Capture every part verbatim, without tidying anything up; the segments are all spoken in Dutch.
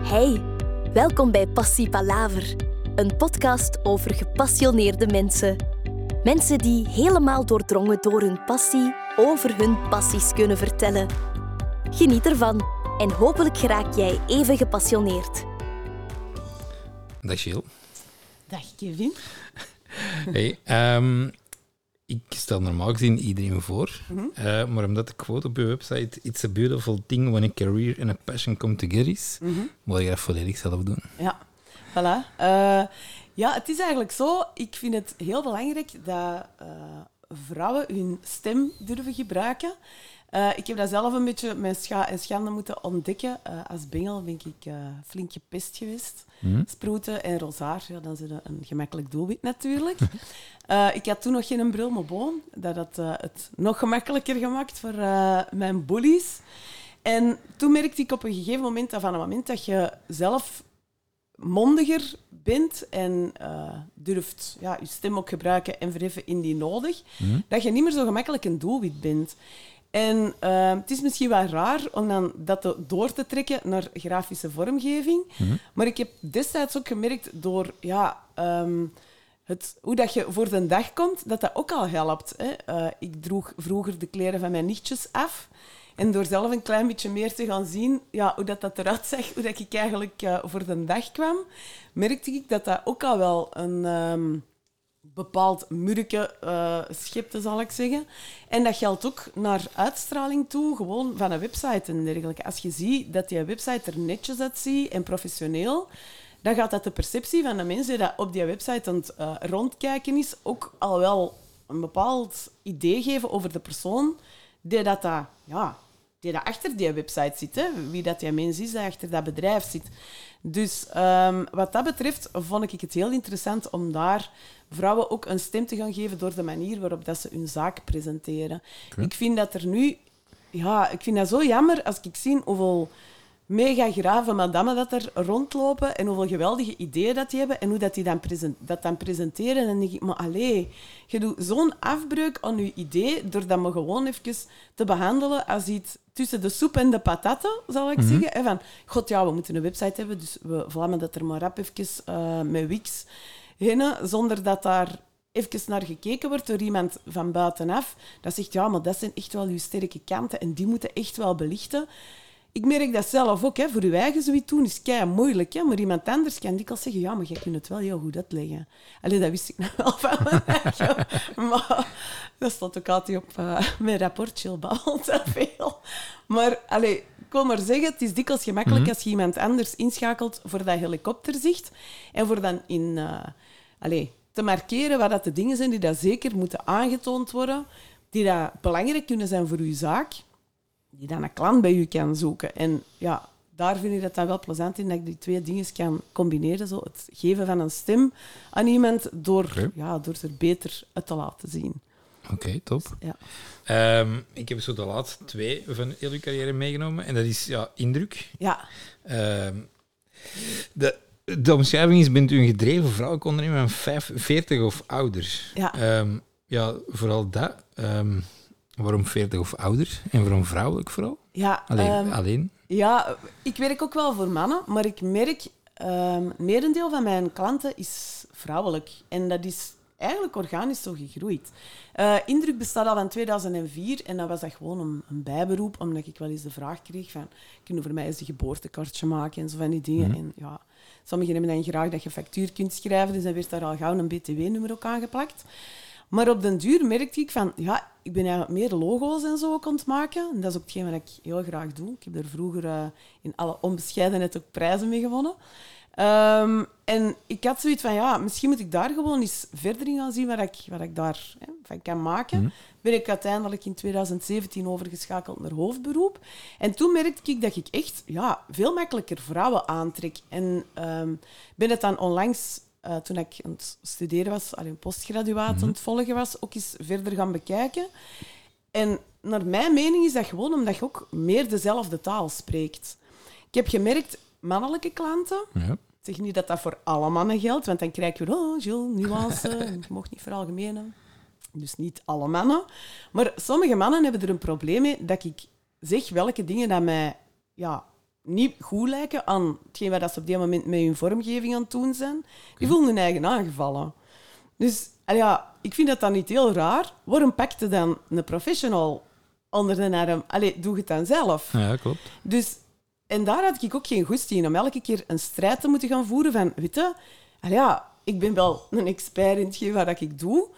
Hey, welkom bij Passie Palaver, een podcast over gepassioneerde mensen. Mensen die helemaal doordrongen door hun passie over hun passies kunnen vertellen. Geniet ervan en hopelijk geraak jij even gepassioneerd. Dag Jill. Dag Kevin. Hey, um, ik stel normaal gezien iedereen voor, mm-hmm. uh, maar omdat de quote op je website "It's a beautiful thing when a career and a passion come together" is, mm-hmm. moet je dat volledig zelf doen. Ja, voilà. Uh, ja, het is eigenlijk zo. Ik vind het heel belangrijk dat uh, vrouwen hun stem durven gebruiken. Uh, ik heb dat zelf een beetje met scha- en schande moeten ontdekken. Uh, als bengel ben ik uh, flink gepest geweest. Mm. Sproeten en rosaar, ja, dan is het een gemakkelijk doelwit natuurlijk. uh, ik had toen nog geen bril, maar bon. Dat had uh, het nog gemakkelijker gemaakt voor uh, mijn bullies. En toen merkte ik op een gegeven moment dat van het moment dat je zelf mondiger bent en uh, durft ja, je stem ook gebruiken en verheffen indien nodig, mm. dat je niet meer zo gemakkelijk een doelwit bent. En uh, het is misschien wel raar om dan dat te, door te trekken naar grafische vormgeving. Mm-hmm. Maar ik heb destijds ook gemerkt door ja, um, het, hoe dat je voor de dag komt, dat dat ook al helpt. Hè. Uh, ik droeg vroeger de kleren van mijn nichtjes af. En door zelf een klein beetje meer te gaan zien ja, hoe dat, dat eruit zag, hoe dat ik eigenlijk uh, voor de dag kwam, merkte ik dat dat ook al wel een... Um, bepaald murke uh, schepte, zal ik zeggen. En dat geldt ook naar uitstraling toe, gewoon van een website en dergelijke. Als je ziet dat die website er netjes uitziet en professioneel, dan gaat dat de perceptie van de mensen die op die website aan het uh, rondkijken is, ook al wel een bepaald idee geven over de persoon die dat, dat, ja, die dat achter die website zit. Hè? Wie dat die mens is die achter dat bedrijf zit. Dus um, wat dat betreft vond ik het heel interessant om daar vrouwen ook een stem te gaan geven door de manier waarop dat ze hun zaak presenteren. Okay. Ik vind dat er nu... Ja, ik vind dat zo jammer als ik zie hoeveel mega grave madammen dat er rondlopen en hoeveel geweldige ideeën dat die hebben en hoe dat die dan present, dat dan presenteren. En dan denk ik, maar allee, je doet zo'n afbreuk aan je idee door dat maar gewoon even te behandelen als iets tussen de soep en de patatten, zal ik mm-hmm. zeggen. Van, god ja, we moeten een website hebben, dus we vlammen dat er maar rap even uh, met Wix heen, zonder dat daar even naar gekeken wordt door iemand van buitenaf. Dat zegt, ja, maar dat zijn echt wel uw sterke kanten en die moeten echt wel belichten. Ik merk dat zelf ook. Hè. Voor je eigen zoiets doen is kei moeilijk. Hè. Maar iemand anders kan dikwijls zeggen, ja, maar jij kunt het wel heel goed uitleggen. Allee, dat wist ik nou wel van mijn eigen. Maar dat stond ook altijd op uh, mijn rapportje, babbelt te veel. Maar allee, ik wil maar zeggen, het is dikwijls gemakkelijk mm-hmm. als je iemand anders inschakelt voor dat helikopterzicht. En voor dan in... Uh, allee, te markeren wat dat de dingen zijn die dat zeker moeten aangetoond worden, die dat belangrijk kunnen zijn voor je zaak, die dan een klant bij u kan zoeken. En ja, daar vind ik dat dan wel plezant in, dat ik die twee dingen kan combineren. Zo het geven van een stem aan iemand door, okay. ja, door er beter uit te laten zien. Oké, okay, top. Dus, ja. um, ik heb zo de laatste twee van heel uw carrière meegenomen. En dat is ja, indruk. Ja. Um, de, de omschrijving is, bent u een gedreven vrouwelijke ondernemer van vijfenveertig of ouder. Ja. Um, ja, vooral dat... Um, Waarom veertig of ouder? En waarom vrouwelijk vooral? Ja, alleen, um, alleen? Ja, ik werk ook wel voor mannen, maar ik merk... Um, het merendeel van mijn klanten is vrouwelijk. En dat is eigenlijk organisch zo gegroeid. Uh, Indruk bestaat al van tweeduizend vier en dat was dat gewoon een, een bijberoep, omdat ik wel eens de vraag kreeg van, kun je voor mij eens een geboortekaartje maken en zo van die dingen. Mm-hmm. En ja, sommigen hebben dan graag dat je factuur kunt schrijven, dus dan werd daar al gauw een B T W-nummer ook aangeplakt. Maar op den duur merkte ik van, ja, ik ben eigenlijk meer logo's en zo ook aan het maken. En dat is ook hetgeen wat ik heel graag doe. Ik heb er vroeger uh, in alle onbescheidenheid ook prijzen mee gewonnen. Um, en ik had zoiets van, ja, misschien moet ik daar gewoon eens verder in gaan zien wat ik, wat ik daar hè, van kan maken. Mm. Ben ik uiteindelijk in tweeduizend zeventien overgeschakeld naar hoofdberoep. En toen merkte ik dat ik echt ja, veel makkelijker vrouwen aantrek. En um, ben het dan onlangs... Uh, toen ik aan het studeren was, al een postgraduaat mm-hmm. aan het volgen was, ook eens verder gaan bekijken. En naar mijn mening is dat gewoon omdat je ook meer dezelfde taal spreekt. Ik heb gemerkt, mannelijke klanten, ja. Ik zeg niet dat dat voor alle mannen geldt, want dan krijg je, oh, Jill, nuance, je mag niet veralgemenen. Dus niet alle mannen. Maar sommige mannen hebben er een probleem mee dat ik zeg welke dingen dat mij... Ja, niet goed lijken aan hetgeen wat ze op die moment met hun vormgeving aan het doen zijn, die Okay. voelen hun eigen aangevallen. Dus allee, ja, ik vind dat dan niet heel raar. Waarom pakt je dan een professional onder de arm? Allee, doe het dan zelf. Ja, klopt. Dus, en daar had ik ook geen goesting in, om elke keer een strijd te moeten gaan voeren van, weet je, allee, ja, ik ben wel een expert in hetgeen wat ik doe.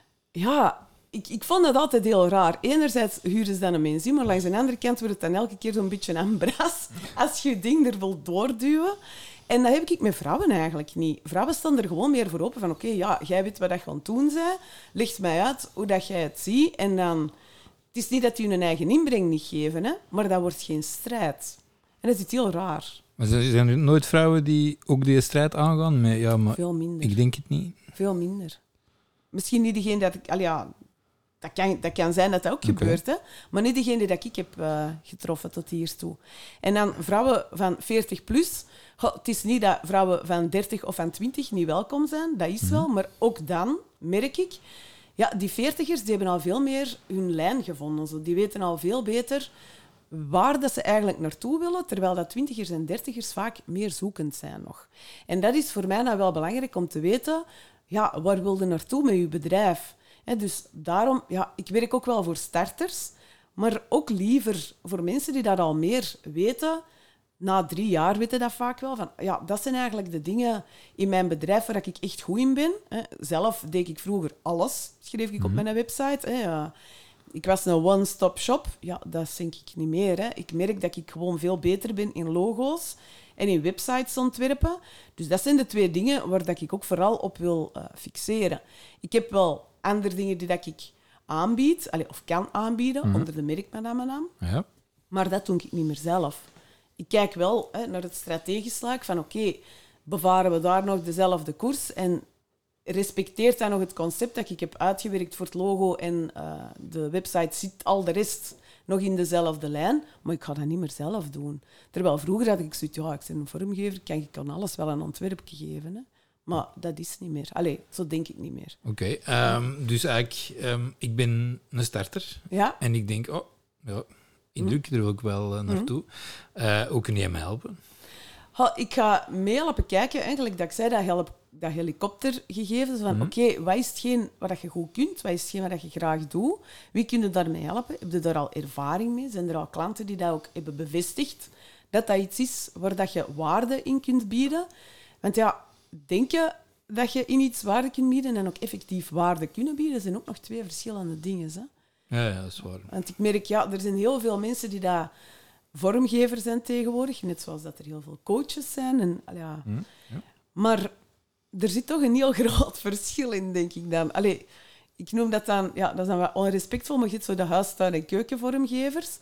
Ja, ik, ik vond dat altijd heel raar. Enerzijds huren ze dan een mens in, maar langs de andere kant wordt het dan elke keer zo'n beetje een bras als je je ding er wil doorduwen. En dat heb ik met vrouwen eigenlijk niet. Vrouwen staan er gewoon meer voor open van, oké, okay, ja, jij weet wat je aan het doen bent, leg mij uit hoe dat jij het ziet. En dan, het is niet dat die hun eigen inbreng niet geven, hè, maar dat wordt geen strijd. En dat is iets heel raar. Maar zijn er nooit vrouwen die ook die strijd aangaan? Met, ja, maar Veel minder. ik denk het niet. Veel minder. Misschien niet degene dat ik... Al ja, dat kan, dat kan zijn dat dat ook Okay. gebeurt, hè? Maar niet degene dat ik heb uh, getroffen tot hiertoe. En dan vrouwen van veertig plus. Goh, het is niet dat vrouwen van dertig of van twintig niet welkom zijn, dat is wel. Maar ook dan merk ik... Ja, die veertigers die hebben al veel meer hun lijn gevonden. Zo. Die weten al veel beter waar dat ze eigenlijk naartoe willen, terwijl dat twintigers en dertigers vaak meer zoekend zijn nog. En dat is voor mij nou wel belangrijk om te weten, ja, waar wil je naartoe met je bedrijf? He, dus daarom, ja, ik werk ook wel voor starters, maar ook liever voor mensen die dat al meer weten. Na drie jaar weten dat vaak wel. Van, ja, dat zijn eigenlijk de dingen in mijn bedrijf waar ik echt goed in ben. He, zelf deed ik vroeger alles, schreef ik op mijn website. He, ja. Ik was een one-stop shop. Ja, dat denk ik niet meer. Hè. Ik merk dat ik gewoon veel beter ben in logo's en in websites ontwerpen. Dus dat zijn de twee dingen waar dat ik ook vooral op wil uh, fixeren. Ik heb wel andere dingen die dat ik aanbied, allez, of kan aanbieden, mm-hmm. onder de merknaam. Ja. Maar dat doe ik niet meer zelf. Ik kijk wel hè, naar het strategisch luik van oké, okay, bevaren we daar nog dezelfde koers en respecteert dan nog het concept dat ik heb uitgewerkt voor het logo en uh, de website zit al de rest nog in dezelfde lijn, maar ik ga dat niet meer zelf doen. Terwijl vroeger had ik zoiets, ja, ik ben een vormgever, kan ik kan alles wel een ontwerpje geven. Hè. Maar dat is niet meer. Allee, zo denk ik niet meer. Oké, okay, um, dus eigenlijk, um, ik ben een starter ja? en ik denk, oh, ja, indruk, hm. daar wil ik wel uh, naartoe. Uh, hoe kun jij mij helpen? Ha, ik ga mee helpen kijken, eigenlijk dat ik zei, dat, help, dat helikoptergegeven. Van mm-hmm. oké, okay, wat is hetgeen wat je goed kunt? Wat is hetgeen wat je graag doet? Wie kun je daarmee helpen? Heb je daar al ervaring mee? Zijn er al klanten die dat ook hebben bevestigd? Dat dat iets is waar dat je waarde in kunt bieden? Want ja, denk je dat je in iets waarde kunt bieden en ook effectief waarde kunnen bieden, zijn ook nog twee verschillende dingen. Hè? Ja, ja, dat is waar. Want ik merk, ja, er zijn heel veel mensen die dat vormgever zijn tegenwoordig, net zoals dat er heel veel coaches zijn. En, ja. Mm, ja. Maar er zit toch een heel groot verschil in, denk ik dan. Allee, ik noem dat dan, ja, dat is dan wat onrespectvol, maar je hebt zo de huistuin- en keukenvormgevers.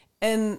En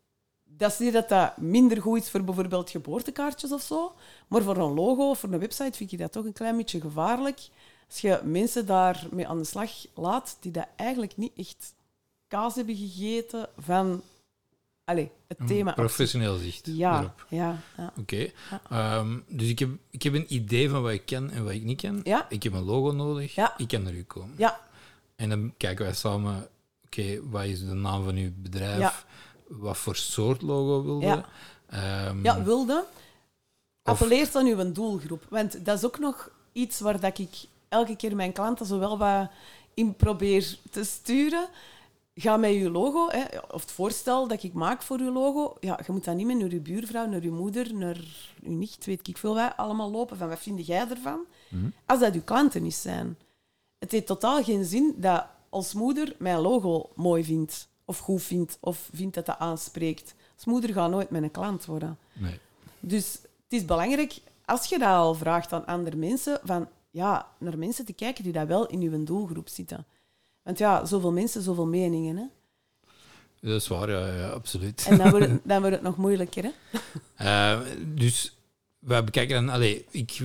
dat is niet dat dat minder goed is voor bijvoorbeeld geboortekaartjes of zo, maar voor een logo of voor een website vind ik dat toch een klein beetje gevaarlijk. Als je mensen daarmee aan de slag laat die dat eigenlijk niet echt kaas hebben gegeten van... Allee, het thema. Een professioneel zicht ja, erop. Ja, ja. Oké. Okay. Ja. Um, dus ik heb, ik heb een idee van wat ik kan en wat ik niet kan. Ja. Ik heb een logo nodig. Ja. Ik kan naar u komen. Ja. En dan kijken wij samen, oké, okay, wat is de naam van uw bedrijf? Ja. Wat voor soort logo wilde? Ja, um, ja wilde. Appelleert aan uw doelgroep. Want dat is ook nog iets waar dat ik elke keer mijn klanten zo wel wat in probeer te sturen. Ga met je logo, hè, of het voorstel dat ik maak voor je logo, ja, je moet dat niet meer naar je buurvrouw, naar je moeder, naar je nicht, weet ik veel wat, allemaal lopen van wat vind jij ervan? Mm-hmm. Als dat je klanten niet zijn. Het heeft totaal geen zin dat als moeder mijn logo mooi vindt, of goed vindt, of vindt dat dat aanspreekt. Als moeder gaat nooit mijn klant worden. Nee. Dus het is belangrijk, als je dat al vraagt aan andere mensen, van, ja, naar mensen te kijken die dat wel in je doelgroep zitten. Want ja, zoveel mensen, zoveel meningen. Hè? Dat is waar, ja, ja absoluut. En dan wordt het, dan wordt het nog moeilijker. Hè? Uh, dus we bekijken dan... Allez, ik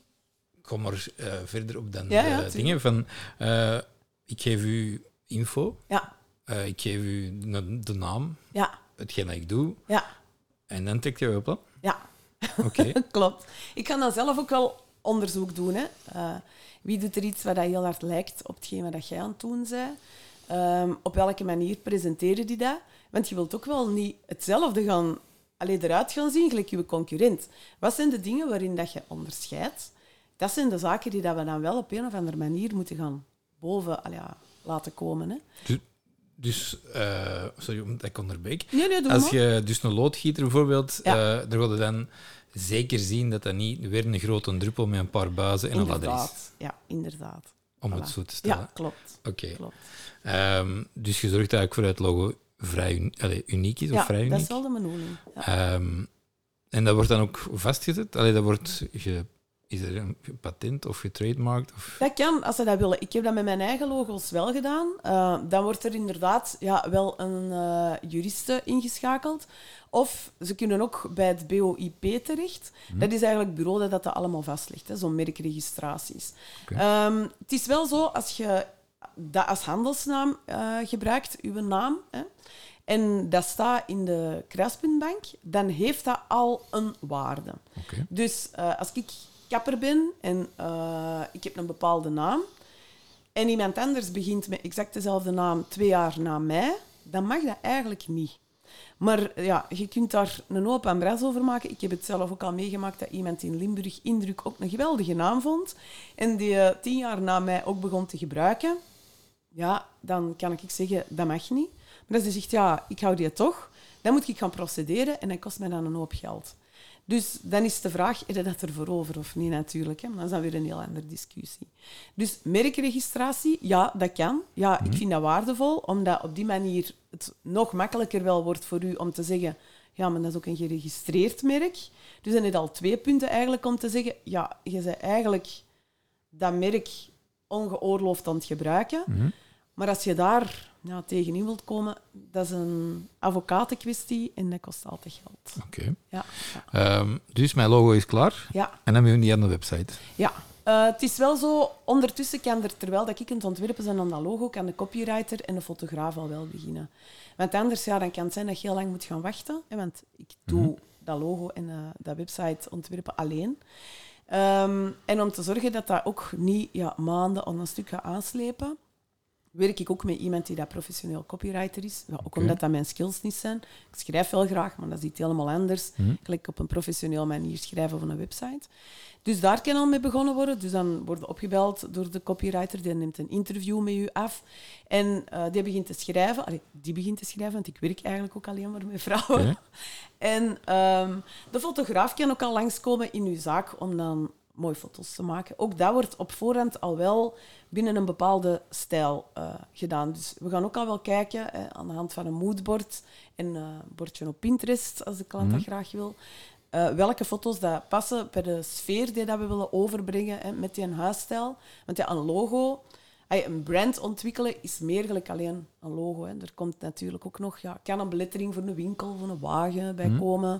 kom maar uh, verder op dan ja, de ja, dingen van... Uh, ik geef u info. Ja. Uh, ik geef u de, de naam. Ja. Hetgeen dat ik doe. Ja. En dan trekt je op, hè? Ja. Oké. Okay. Klopt. Ik kan dan zelf ook wel onderzoek doen, hè. Uh, Wie doet er iets wat heel hard lijkt op hetgeen wat jij aan het doen bent? Um, op welke manier presenteren die dat? Want je wilt ook wel niet hetzelfde gaan allee, eruit gaan zien, gelijk je concurrent. Wat zijn de dingen waarin dat je onderscheidt? Dat zijn de zaken die dat we dan wel op een of andere manier moeten gaan boven allee, ja, laten komen. Hè. Dus, dus uh, sorry omdat ik onderbreek. Nee, nee, doe Als maar. je dus een loodgieter bijvoorbeeld, Ja. uh, dan wil je dan zeker zien dat dat niet weer een grote druppel met een paar buizen en een ladder is. Inderdaad. Ja, inderdaad. Om Voilà. het zo te stellen. Ja, klopt. Oké. klopt. Um, dus je zorgt eigenlijk voor dat het logo vrij uni- allee, uniek is, of Ja, vrij uniek. dat is wel de bedoeling. Ja. Um, en dat wordt dan ook vastgezet? Allee, dat wordt ge, is er een patent of getrademarkt? Of... Dat kan, als ze dat willen. Ik heb dat met mijn eigen logo's wel gedaan. Uh, dan wordt er inderdaad ja, wel een uh, juriste ingeschakeld. Of ze kunnen ook bij het B O I P terecht. Hm. Dat is eigenlijk het bureau dat dat allemaal vastlegt, zo'n merkregistraties. Okay. Um, het is wel zo, als je dat als handelsnaam uh, gebruikt, uw naam, hè, en dat staat in de kruispuntbank, dan heeft dat al een waarde. Okay. Dus uh, als ik kapper ben en uh, ik heb een bepaalde naam en iemand anders begint met exact dezelfde naam twee jaar na mij, dan mag dat eigenlijk niet. Maar ja, je kunt daar een hoop aan bras over maken. Ik heb het zelf ook al meegemaakt dat iemand in Limburg Indruk ook een geweldige naam vond en die uh, tien jaar na mij ook begon te gebruiken. Ja, dan kan ik zeggen, dat mag niet. Maar als hij zegt, ja, ik hou die toch, dan moet ik gaan procederen en dat kost mij dan een hoop geld. Dus dan is de vraag, heb je dat ervoor over of niet natuurlijk? Hè? Maar dat is dan weer een heel andere discussie. Dus merkregistratie, ja, dat kan. Ja, mm-hmm. Ik vind dat waardevol, omdat op die manier het nog makkelijker wel wordt voor u om te zeggen, ja, maar dat is ook een geregistreerd merk. Dus dan heb je al twee punten eigenlijk om te zeggen, ja, je bent eigenlijk dat merk ongeoorloofd aan het gebruiken. Mm-hmm. Maar als je daar ja, tegenin wilt komen, dat is een advocatenkwestie en dat kost altijd geld. Oké. Okay. Ja, ja. um, dus mijn logo is klaar. Ja. En dan hebben we die aan de website. Ja. Uh, het is wel zo, ondertussen kan er, terwijl dat ik aan het ontwerpen ben aan dat logo, kan de copywriter en de fotograaf al wel beginnen. Want anders ja, dan kan het zijn dat je heel lang moet gaan wachten. Hè, want ik doe mm-hmm. dat logo en uh, dat website ontwerpen alleen. Um, en om te zorgen dat dat ook niet ja, maanden aan een stuk gaat aanslepen, werk ik ook met iemand die dat professioneel copywriter is. Ja, ook okay. omdat dat mijn skills niet zijn. Ik schrijf wel graag, maar dat is iets helemaal anders. Mm-hmm. Gelijk op een professioneel manier schrijven van een website. Dus daar kan al mee begonnen worden. Dus dan word je opgebeld door de copywriter. Die neemt een interview met u af. En uh, die begint te schrijven. Allee, die begint te schrijven, want ik werk eigenlijk ook alleen maar met vrouwen. Okay. En um, de fotograaf kan ook al langskomen in uw zaak om dan mooie foto's te maken. Ook dat wordt op voorhand al wel binnen een bepaalde stijl uh, gedaan. Dus we gaan ook al wel kijken eh, aan de hand van een moodboard en uh, een bordje op Pinterest, als de klant mm-hmm. dat graag wil. Uh, welke foto's dat passen bij de sfeer die dat we willen overbrengen hè, met die huisstijl. Want ja, een logo, een brand ontwikkelen is meer gelijk alleen een logo. Hè. Er komt natuurlijk ook nog, ja, kan een belettering voor een winkel, voor een wagen bij mm. komen.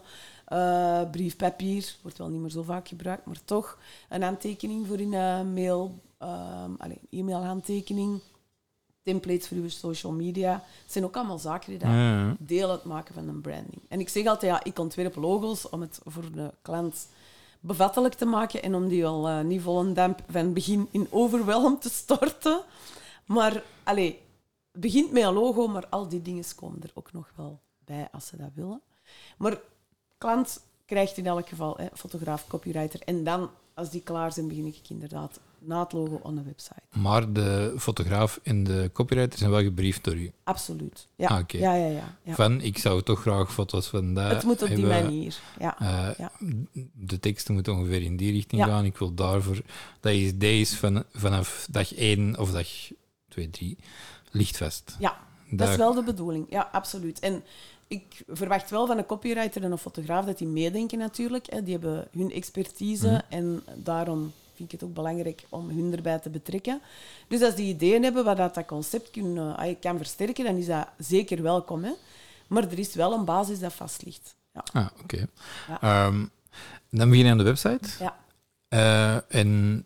Uh, briefpapier, wordt wel niet meer zo vaak gebruikt, maar toch. Een handtekening voor in een mail, um, allez, e-mailhandtekening, templates voor uw social media. Het zijn ook allemaal zaken die dat ja, ja. deel uitmaken van een branding. En ik zeg altijd, ja, ik ontwerp logo's om het voor de klant bevattelijk te maken en om die al uh, niet vol en damp van begin in overwhelm te storten. Maar, allez, het begint met een logo, maar al die dingen komen er ook nog wel bij als ze dat willen. Maar klant krijgt in elk geval, hè, fotograaf, copywriter. En dan, als die klaar zijn, begin ik inderdaad na het logo op de website. Maar de fotograaf en de copywriter zijn wel gebriefd door u? Absoluut. Ja. Ah, okay. ja, ja, ja, ja. Van, ik zou toch graag foto's van dat Het moet op hebben. die manier, ja. Uh, ja. De teksten moeten ongeveer in die richting ja. gaan. Ik wil daarvoor... Dat is deze van, vanaf dag één of dag twee, drie ligt vast. Ja, dat dag... is wel de bedoeling. Ja, absoluut. En ik verwacht wel van een copywriter en een fotograaf dat die meedenken natuurlijk. Hè. Die hebben hun expertise mm-hmm. en daarom vind ik het ook belangrijk om hun erbij te betrekken. Dus als die ideeën hebben waar dat, dat concept kun, uh, kan versterken, dan is dat zeker welkom. Hè. Maar er is wel een basis dat vast ligt. Ja. Ah, oké. Okay. Ja. Um, dan begin je aan de website. Ja. Uh, en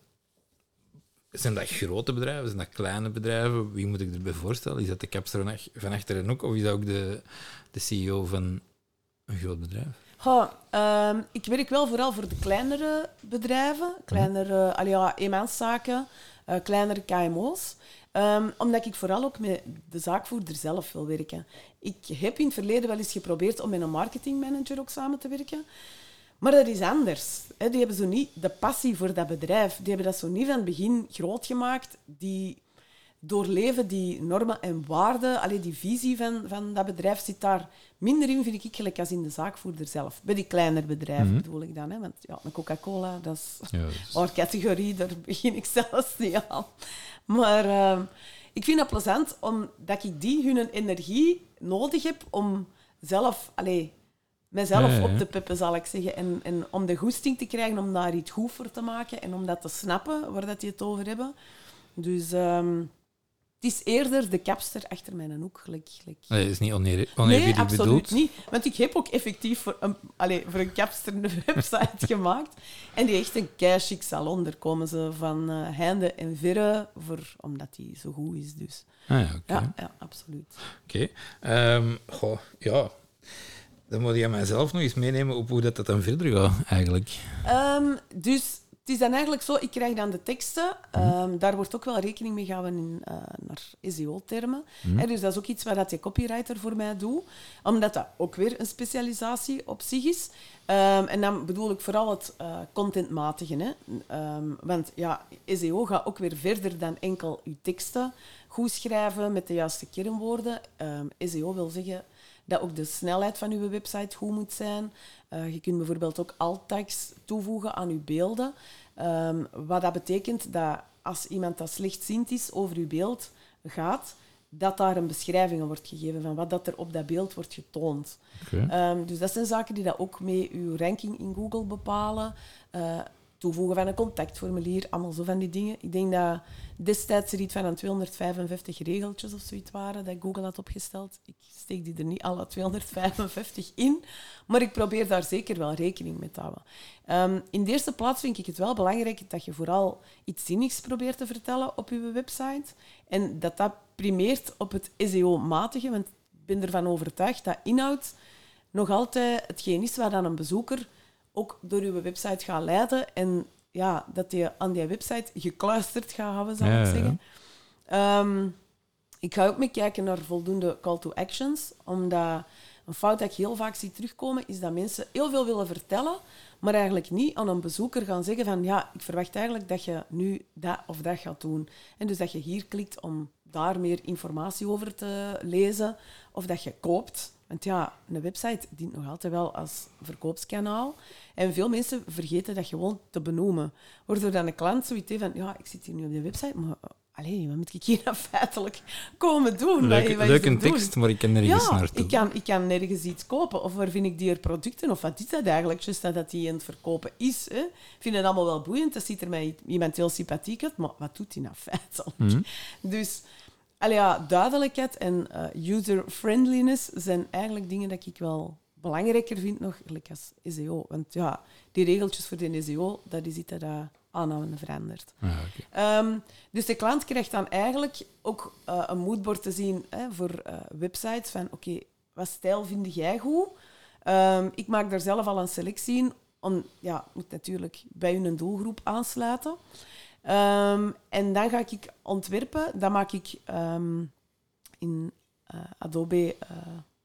zijn dat grote bedrijven? Zijn dat kleine bedrijven? Wie moet ik erbij voorstellen? Is dat de kapster van achteren ook? Of is dat ook de, de C E O van een groot bedrijf? Oh, um, ik werk wel vooral voor de kleinere bedrijven, kleinere mm. ja, eenmanszaken, uh, kleinere K M O's. Um, omdat ik vooral ook met de zaakvoerder zelf wil werken. Ik heb in het verleden wel eens geprobeerd om met een marketingmanager ook samen te werken. Maar dat is anders. Hè. Die hebben zo niet de passie voor dat bedrijf. Die hebben dat zo niet van het begin groot gemaakt. Die doorleven die normen en waarden. Allee, die visie van, van dat bedrijf zit daar minder in, vind ik, gelijk als in de zaakvoerder zelf. Bij die kleiner bedrijven mm-hmm. bedoel ik dan. Hè. Want ja, een Coca-Cola, dat is ja, dat is... categorie, daar begin ik zelfs niet aan. Maar uh, ik vind het plezant omdat ik die hun energie nodig heb om zelf... Allee, mezelf ja, ja, ja. op te pippen, zal ik zeggen. En, en om de goesting te krijgen om daar iets goed voor te maken en om dat te snappen waar dat die het over hebben. Dus um, het is eerder de kapster achter mijn hoek. Gelijk, gelijk. Nee, dat is niet oneerbiedig nee, bedoeld. Nee, absoluut niet. Want ik heb ook effectief voor een, allez, voor een kapster een website gemaakt. En die echt een kei-chic salon. Daar komen ze van uh, heinde en verre, voor, omdat die zo goed is. Dus. Ah, ja, okay. ja, ja, absoluut. Oké. Okay. Um, goh, ja... Dan moet je mijzelf nog eens meenemen op hoe dat, dat dan verder gaat, eigenlijk. Um, dus het is dan eigenlijk zo, ik krijg dan de teksten. Um, daar wordt ook wel rekening mee gehouden in, uh, naar S E O-termen. Mm. He, dus dat is ook iets waar dat je copywriter voor mij doet. Omdat dat ook weer een specialisatie op zich is. Um, en dan bedoel ik vooral het uh, contentmatige. Hè. Um, want ja, S E O gaat ook weer verder dan enkel je teksten goed schrijven met de juiste kernwoorden. Um, S E O wil zeggen... dat ook de snelheid van uw website goed moet zijn. Uh, je kunt bijvoorbeeld ook alt-tags toevoegen aan uw beelden. Um, wat dat betekent dat als iemand dat slechtziend is over uw beeld gaat, dat daar een beschrijving wordt gegeven van wat dat er op dat beeld wordt getoond. Okay. Um, dus dat zijn zaken die dat ook mee uw ranking in Google bepalen. Uh, toevoegen van een contactformulier, allemaal zo van die dingen. Ik denk dat destijds er iets van een tweehonderdvijfenvijftig regeltjes of zoiets waren dat Google had opgesteld. Ik steek die er niet alle tweehonderdvijfenvijftig in, maar ik probeer daar zeker wel rekening mee te houden. Um, in de eerste plaats vind ik het wel belangrijk dat je vooral iets zinnigs probeert te vertellen op je website en dat dat primeert op het S E O-matige, want ik ben ervan overtuigd dat inhoud nog altijd hetgeen is waar dan een bezoeker ook door uw website gaat leiden en ja, dat je aan die website gekluisterd gaat houden, zal ja, ik zeggen. Ja. Um, ik ga ook mee kijken naar voldoende call to actions, omdat een fout dat ik heel vaak zie terugkomen is dat mensen heel veel willen vertellen, maar eigenlijk niet aan een bezoeker gaan zeggen van ja, ik verwacht eigenlijk dat je nu dat of dat gaat doen. En dus dat je hier klikt om daar meer informatie over te lezen of dat je koopt. Want ja, een website dient nog altijd wel als verkoopskanaal. En veel mensen vergeten dat gewoon te benoemen. Waardoor dan een klant zoiets heeft van, ja, ik zit hier nu op de website, maar allee, wat moet ik hier nou feitelijk komen doen? Leuke, leuke tekst, maar ik kan nergens ja, naartoe. Ik kan, ik kan nergens iets kopen. Of waar vind ik die er producten? Of wat is dat eigenlijk? Just dat die aan het verkopen is. Hè? Ik vind het allemaal wel boeiend. Dat ziet er mij iemand heel sympathiek uit, maar wat doet hij nou feitelijk? Mm-hmm. Dus... Allee, ja, duidelijkheid en uh, user-friendliness zijn eigenlijk dingen dat ik wel belangrijker vind nog, gelijk als S E O. Want ja, die regeltjes voor de S E O, dat is iets dat uh, aanhouden verandert. Ah, okay. um, dus de klant krijgt dan eigenlijk ook uh, een moodboard te zien hè, voor uh, websites van oké, okay, wat stijl vind jij goed? Um, ik maak daar zelf al een selectie in. Om, ja, moet natuurlijk bij hun doelgroep aansluiten. Um, en dan ga ik ontwerpen. Dat maak ik um, in uh, Adobe... Uh,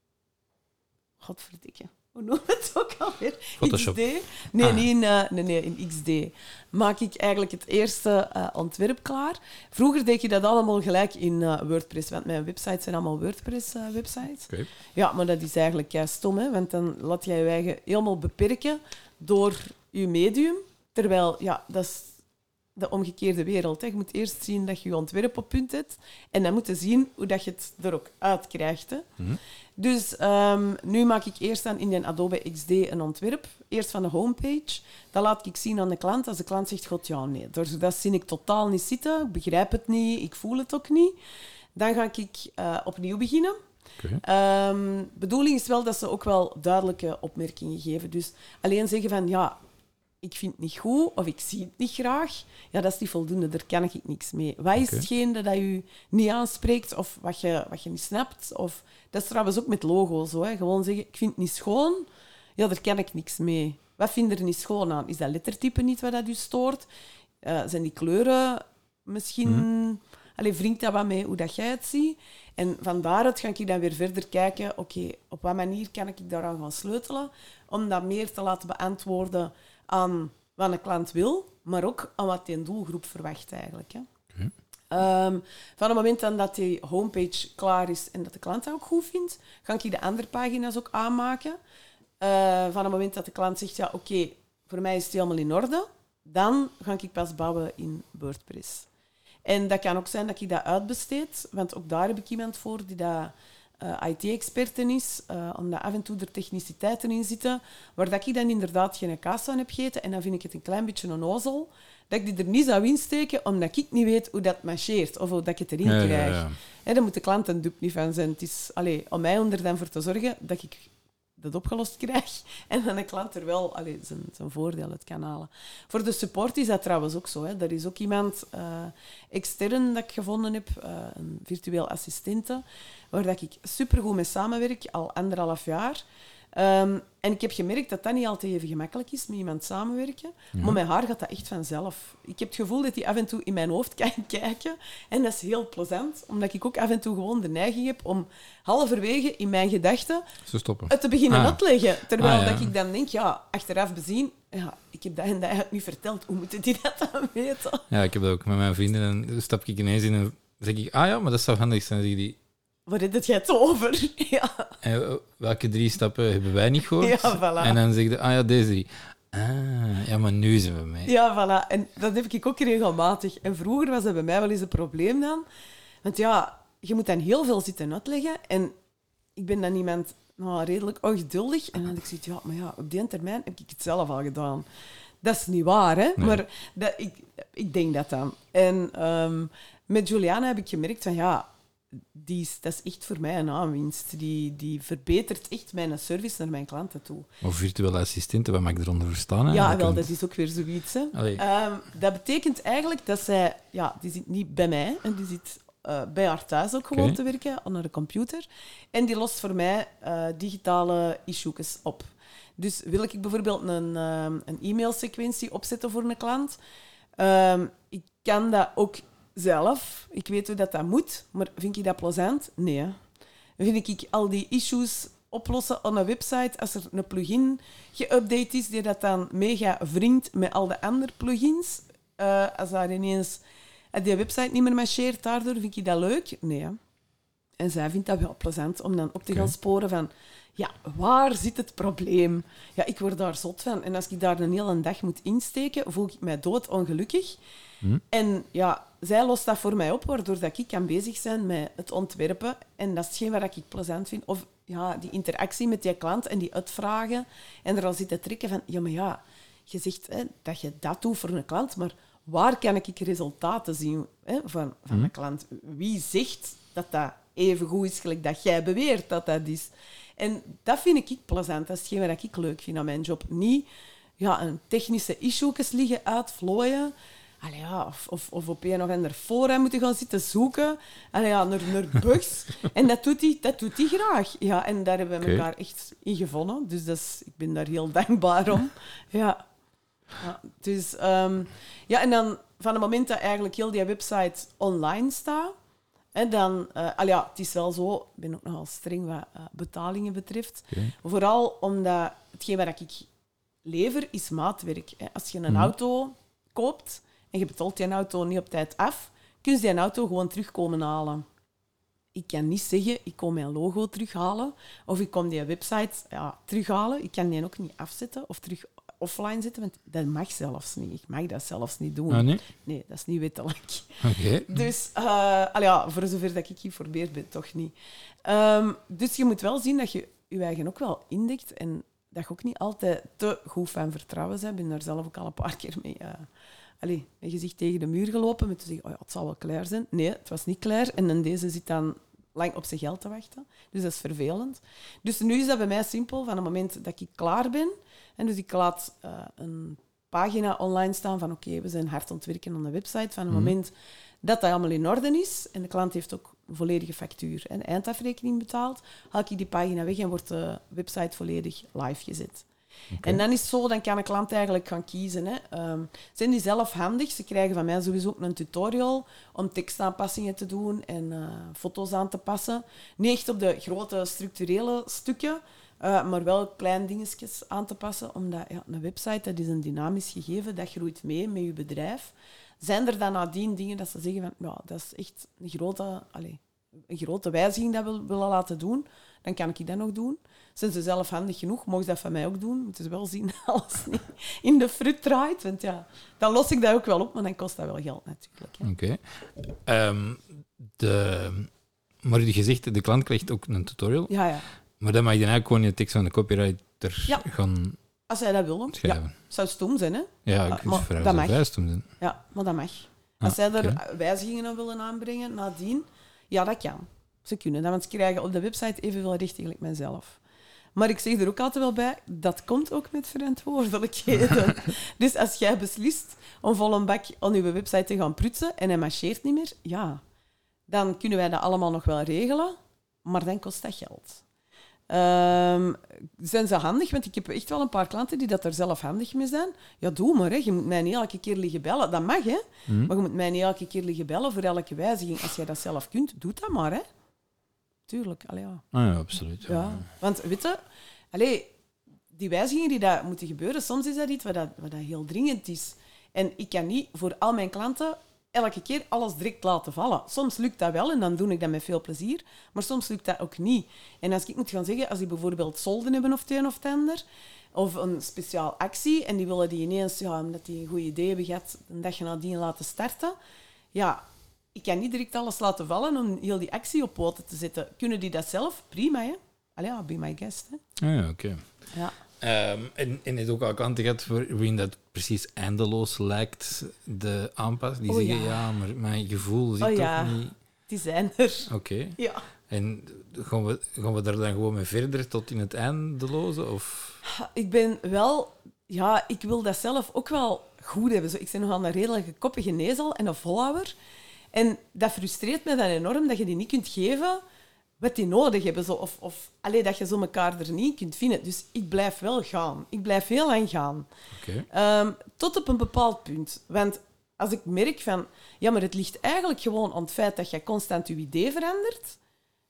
Godverdikke. Hoe noem je het ook alweer? Photoshop. X D? Nee, ah. niet in, uh, nee, nee, in X D. Maak ik eigenlijk het eerste uh, ontwerp klaar. Vroeger deed je dat allemaal gelijk in uh, WordPress, want mijn websites zijn allemaal WordPress-websites. Uh, okay. Ja, maar dat is eigenlijk kei stom, hè, want dan laat je je eigen helemaal beperken door je medium. Terwijl, ja, dat is de omgekeerde wereld. Hè. Je moet eerst zien dat je je ontwerp op punt hebt en dan moet je zien hoe dat je het er ook uit krijgt. Hè. Mm-hmm. Dus um, nu maak ik eerst dan in de Adobe X D een ontwerp. Eerst van de homepage. Dat laat ik zien aan de klant. Als de klant zegt, god ja, nee, dat zie ik totaal niet zitten. Ik begrijp het niet, ik voel het ook niet. Dan ga ik uh, opnieuw beginnen. Okay. Um, bedoeling is wel dat ze ook wel duidelijke opmerkingen geven. Dus alleen zeggen van, ja, ik vind het niet goed of ik zie het niet graag, ja, dat is niet voldoende, daar kan ik niks mee. Wat is okay. hetgeen dat je niet aanspreekt of wat je, wat je niet snapt? Of, dat is trouwens ook met logo's. Zo, hè. Gewoon zeggen, ik vind het niet schoon, ja, daar kan ik niks mee. Wat vind je er niet schoon aan? Is dat lettertype niet wat dat je stoort? Uh, zijn die kleuren misschien... Mm. Allee, wringt dat wat mee hoe dat jij het ziet? En van daaruit ga ik dan weer verder kijken, oké, okay, op wat manier kan ik daaraan gaan sleutelen, om dat meer te laten beantwoorden aan wat een klant wil, maar ook aan wat die doelgroep verwacht eigenlijk. Hè. Okay. Um, van het moment dan dat die homepage klaar is en dat de klant dat ook goed vindt, ga ik de andere pagina's ook aanmaken. Uh, van het moment dat de klant zegt, ja, oké, okay, voor mij is het helemaal in orde, dan ga ik pas bouwen in WordPress. En dat kan ook zijn dat ik dat uitbesteed, want ook daar heb ik iemand voor die dat uh, I T-experten is, uh, omdat af en toe er techniciteiten in zitten, waar dat ik dan inderdaad geen kaas aan heb gegeten. En dan vind ik het een klein beetje een ozel, dat ik die er niet zou insteken, omdat ik niet weet hoe dat marcheert, of hoe dat ik het erin ja, krijg. Ja, ja. En daar moet de klant een dupe niet van zijn. Het is allee, om mij om er dan voor te zorgen dat ik dat opgelost krijg en dan de klant er wel allee, zijn, zijn voordeel uit kan halen. Voor de support is dat trouwens ook zo. Hè. Er is ook iemand uh, extern dat ik gevonden heb, uh, een virtueel assistente, waar dat ik supergoed mee samenwerk, al anderhalf jaar. Um, en ik heb gemerkt dat dat niet altijd even gemakkelijk is, met iemand samenwerken. Ja. Maar met haar gaat dat echt vanzelf. Ik heb het gevoel dat hij af en toe in mijn hoofd kan kijken. En dat is heel plezant, omdat ik ook af en toe gewoon de neiging heb om halverwege in mijn gedachten het te beginnen ah. uitleggen. Terwijl ah, ja. dat ik dan denk, ja, achteraf bezien, ja, ik heb dat en dat eigenlijk niet verteld. Hoe moeten die dat dan weten? Ja, ik heb dat ook met mijn vrienden. En dan stap ik ineens in en zeg ik, ah ja, maar dat zou handig zijn. Dan zeg ik die... Waar heb je het over? Ja. En welke drie stappen hebben wij niet gehoord? Ja, voilà. En dan zeg je, ah ja, deze drie. Ah, ja, maar nu zijn we mee. Ja, voilà. En dat heb ik ook regelmatig. En vroeger was dat bij mij wel eens een probleem dan. Want ja, je moet dan heel veel zitten uitleggen. En ik ben dan iemand nou, redelijk ongeduldig. En dan had ik zoiets, ja, maar ja, op die termijn heb ik het zelf al gedaan. Dat is niet waar, hè? Nee. Maar dat, ik, ik denk dat dan. En um, met Juliana heb ik gemerkt van, ja... Die is, dat is echt voor mij een aanwinst. Die, die verbetert echt mijn service naar mijn klanten toe. Of virtuele assistenten, wat mag ik eronder verstaan? Ja, wel, dat is ook weer zoiets. Hè. Um, dat betekent eigenlijk dat zij... Ja, die zit niet bij mij, en die zit uh, bij haar thuis ook gewoon okay. te werken, aan de computer. En die lost voor mij uh, digitale issues op. Dus wil ik bijvoorbeeld een, uh, een e-mailsequentie opzetten voor een klant, um, ik kan dat ook... zelf. Ik weet hoe dat, dat moet, maar vind ik dat plezant? Nee. Vind ik al die issues oplossen op een website als er een plugin geüpdate is die dat dan mega wringt met al de andere plugins. Uh, als daar ineens die website niet meer marcheert, daardoor vind ik dat leuk? Nee. En zij vindt dat wel plezant om dan op te gaan okay. sporen van ja, waar zit het probleem? Ja, ik word daar zot van. En als ik daar een hele dag moet insteken, voel ik mij doodongelukkig. Hm. En ja, zij lost dat voor mij op, waardoor dat ik kan bezig zijn met het ontwerpen. En dat is hetgeen wat ik plezant vind. Of ja, die interactie met die klant en die uitvragen. En er al zitten trekken van, ja, maar ja, je zegt hè, dat je dat doet voor een klant, maar waar kan ik resultaten zien hè, van, van hm. een klant? Wie zegt dat dat even goed is gelijk dat jij beweert dat dat is? En dat vind ik plezant. Dat is hetgeen wat ik leuk vind aan mijn job. Niet ja, een technische issues liggen uitvlooien. Allee, ja, of, of, of op een of ander forum moeten gaan zitten zoeken. Allee, ja, naar, naar bugs. En dat doet hij dat doet hij graag. Ja, en daar hebben we okay. elkaar echt in gevonden. Dus dat is, ik ben daar heel dankbaar om. Ja. Ja, dus, um, ja, en dan van het moment dat eigenlijk heel die website online staat, hè, dan... Uh, allee, ja, het is wel zo, ik ben ook nogal streng wat uh, betalingen betreft. Okay. Vooral omdat hetgeen wat ik lever, is maatwerk. Hè. Als je een mm. auto koopt... en je betaalt die auto niet op tijd af, kun je die auto gewoon terugkomen halen. Ik kan niet zeggen, ik kom mijn logo terughalen, of ik kom die website ja, terughalen. Ik kan die ook niet afzetten of terug offline zetten, want dat mag zelfs niet. Ik mag dat zelfs niet doen. Ah, nee? Nee, dat is niet wettelijk. Okay. Dus, uh, al ja, voor zover dat ik geïnformeerd ben, toch niet. Um, dus je moet wel zien dat je je eigen ook wel indekt en dat je ook niet altijd te goed van vertrouwen bent. Ik ben daar zelf ook al een paar keer mee... Uh, Allee, mijn gezicht tegen de muur gelopen met te zeggen, oh ja, het zal wel klaar zijn. Nee, het was niet klaar. En dan deze zit dan lang op zijn geld te wachten. Dus dat is vervelend. Dus nu is dat bij mij simpel. Van het moment dat ik klaar ben, en dus ik laat uh, een pagina online staan van oké, okay, we zijn hard aan het werken aan de website. Van het mm. moment dat dat allemaal in orde is, en de klant heeft ook een volledige factuur en eindafrekening betaald, haal ik die pagina weg en wordt de website volledig live gezet. Okay. En dan is het zo, dan kan een klant eigenlijk gaan kiezen. Hè. Um, zijn die zelf handig? Ze krijgen van mij sowieso ook een tutorial om tekstaanpassingen te doen en uh, foto's aan te passen. Niet echt op de grote structurele stukken, uh, maar wel kleine dingetjes aan te passen. Omdat ja, een website, dat is een dynamisch gegeven, dat groeit mee met je bedrijf. Zijn er dan nadien dingen dat ze zeggen van, ja, dat is echt een grote, allez, een grote wijziging dat we willen laten doen, dan kan ik dat nog doen. Zijn ze zelf handig genoeg, mogen ze dat van mij ook doen. Moeten ze wel zien dat alles niet in de frut draait. Want ja, dan los ik dat ook wel op, maar dan kost dat wel geld natuurlijk. Oké. Okay. Um, de... Maar je zegt, de klant krijgt ook een tutorial. Ja, ja. Maar dan mag je dan eigenlijk gewoon in de tekst van de copywriter ja. gaan als hij dat wil. schrijven. Ja. Zou stom zijn, hè? Ja, ik uh, vind dat mag. stom zijn. Ja, maar dat mag. Als ah, zij er okay. wijzigingen aan willen aanbrengen nadien, ja, dat kan. Ze kunnen dat, want ze krijgen op de website evenveel recht als mijzelf. Maar ik zeg er ook altijd wel bij, dat komt ook met verantwoordelijkheden. Dus als jij beslist om vol een bak aan je website te gaan prutsen en hij marcheert niet meer, ja, dan kunnen wij dat allemaal nog wel regelen, maar dan kost dat geld. Um, zijn ze handig? Want ik heb echt wel een paar klanten die dat er zelf handig mee zijn. Ja, doe maar. Hè. Je moet mij niet elke keer liggen bellen. Dat mag, hè. Mm. Maar je moet mij niet elke keer liggen bellen voor elke wijziging. Als jij dat zelf kunt, doe dat maar, hè. Tuurlijk, allee, ja. Ah, ja, absoluut. Ja. Ja. Want, weet je, allee, die wijzigingen die dat moeten gebeuren, soms is dat iets wat, dat, wat dat heel dringend is. En ik kan niet voor al mijn klanten elke keer alles direct laten vallen. Soms lukt dat wel en dan doe ik dat met veel plezier, maar soms lukt dat ook niet. En als ik moet gaan zeggen, als die bijvoorbeeld solden hebben of het een of het ander, of een speciaal actie, en die willen die ineens, ja, omdat die een goed idee hebben gehad, een dagje nadien laten starten, ja, ik kan niet direct alles laten vallen om heel die actie op poten te zetten. Kunnen die dat zelf? Prima, hè? Allee, ja, be my guest, hè? Ah, ja, oké. Okay. Ja. Um, en, en het ook al klanten gehad voor wie dat precies eindeloos lijkt, de aanpas. Die oh, zeggen, ja. ja, maar mijn gevoel zit oh, toch ja. niet... Die zijn er. Oké. Okay. Ja. En gaan we, gaan we daar dan gewoon mee verder tot in het eindeloze? Of? Ik ben wel... Ja, ik wil dat zelf ook wel goed hebben. Zo, ik ben nogal een redelijke koppige nezel en een volhouder. En dat frustreert me dan enorm dat je die niet kunt geven wat die nodig hebben. Zo, of of allee, dat je zo elkaar er niet kunt vinden. Dus ik blijf wel gaan. Ik blijf heel lang gaan. Okay. Um, tot op een bepaald punt. Want als ik merk van... Ja, maar het ligt eigenlijk gewoon aan het feit dat je constant je idee verandert.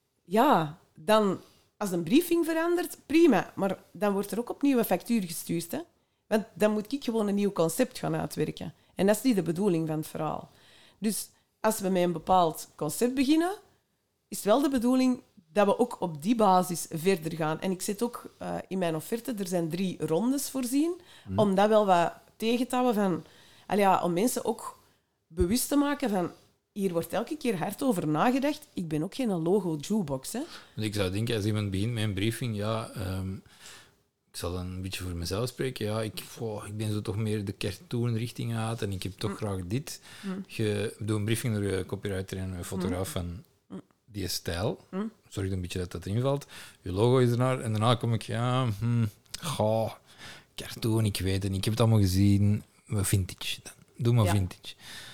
Ja, dan... Als een briefing verandert, prima. Maar dan wordt er ook opnieuw een factuur gestuurd. Hè? Want dan moet ik gewoon een nieuw concept gaan uitwerken. En dat is niet de bedoeling van het verhaal. Dus als we met een bepaald concept beginnen, is het wel de bedoeling dat we ook op die basis verder gaan. En ik zet ook uh, in mijn offerte, er zijn drie rondes voorzien, mm. om dat wel wat tegen te houden van... Allee, ja, om mensen ook bewust te maken van... Hier wordt elke keer hard over nagedacht. Ik ben ook geen logo-jukebox, hè. Ik zou denken, als iemand begint met een briefing, ja... Um, ik zal dan een beetje voor mezelf spreken. Ja, ik, oh, ik ben zo toch meer de cartoon-richting uit en ik heb toch mm. graag dit. Mm. Je doet een briefing door je copywriter en een fotograaf van mm. die stijl. Mm. Zorg een beetje dat dat erin valt. Je logo is ernaar en daarna kom ik, ja... Hmm, goh, cartoon, ik weet het niet. Ik heb het allemaal gezien. Vintage. Doe maar ja. vintage.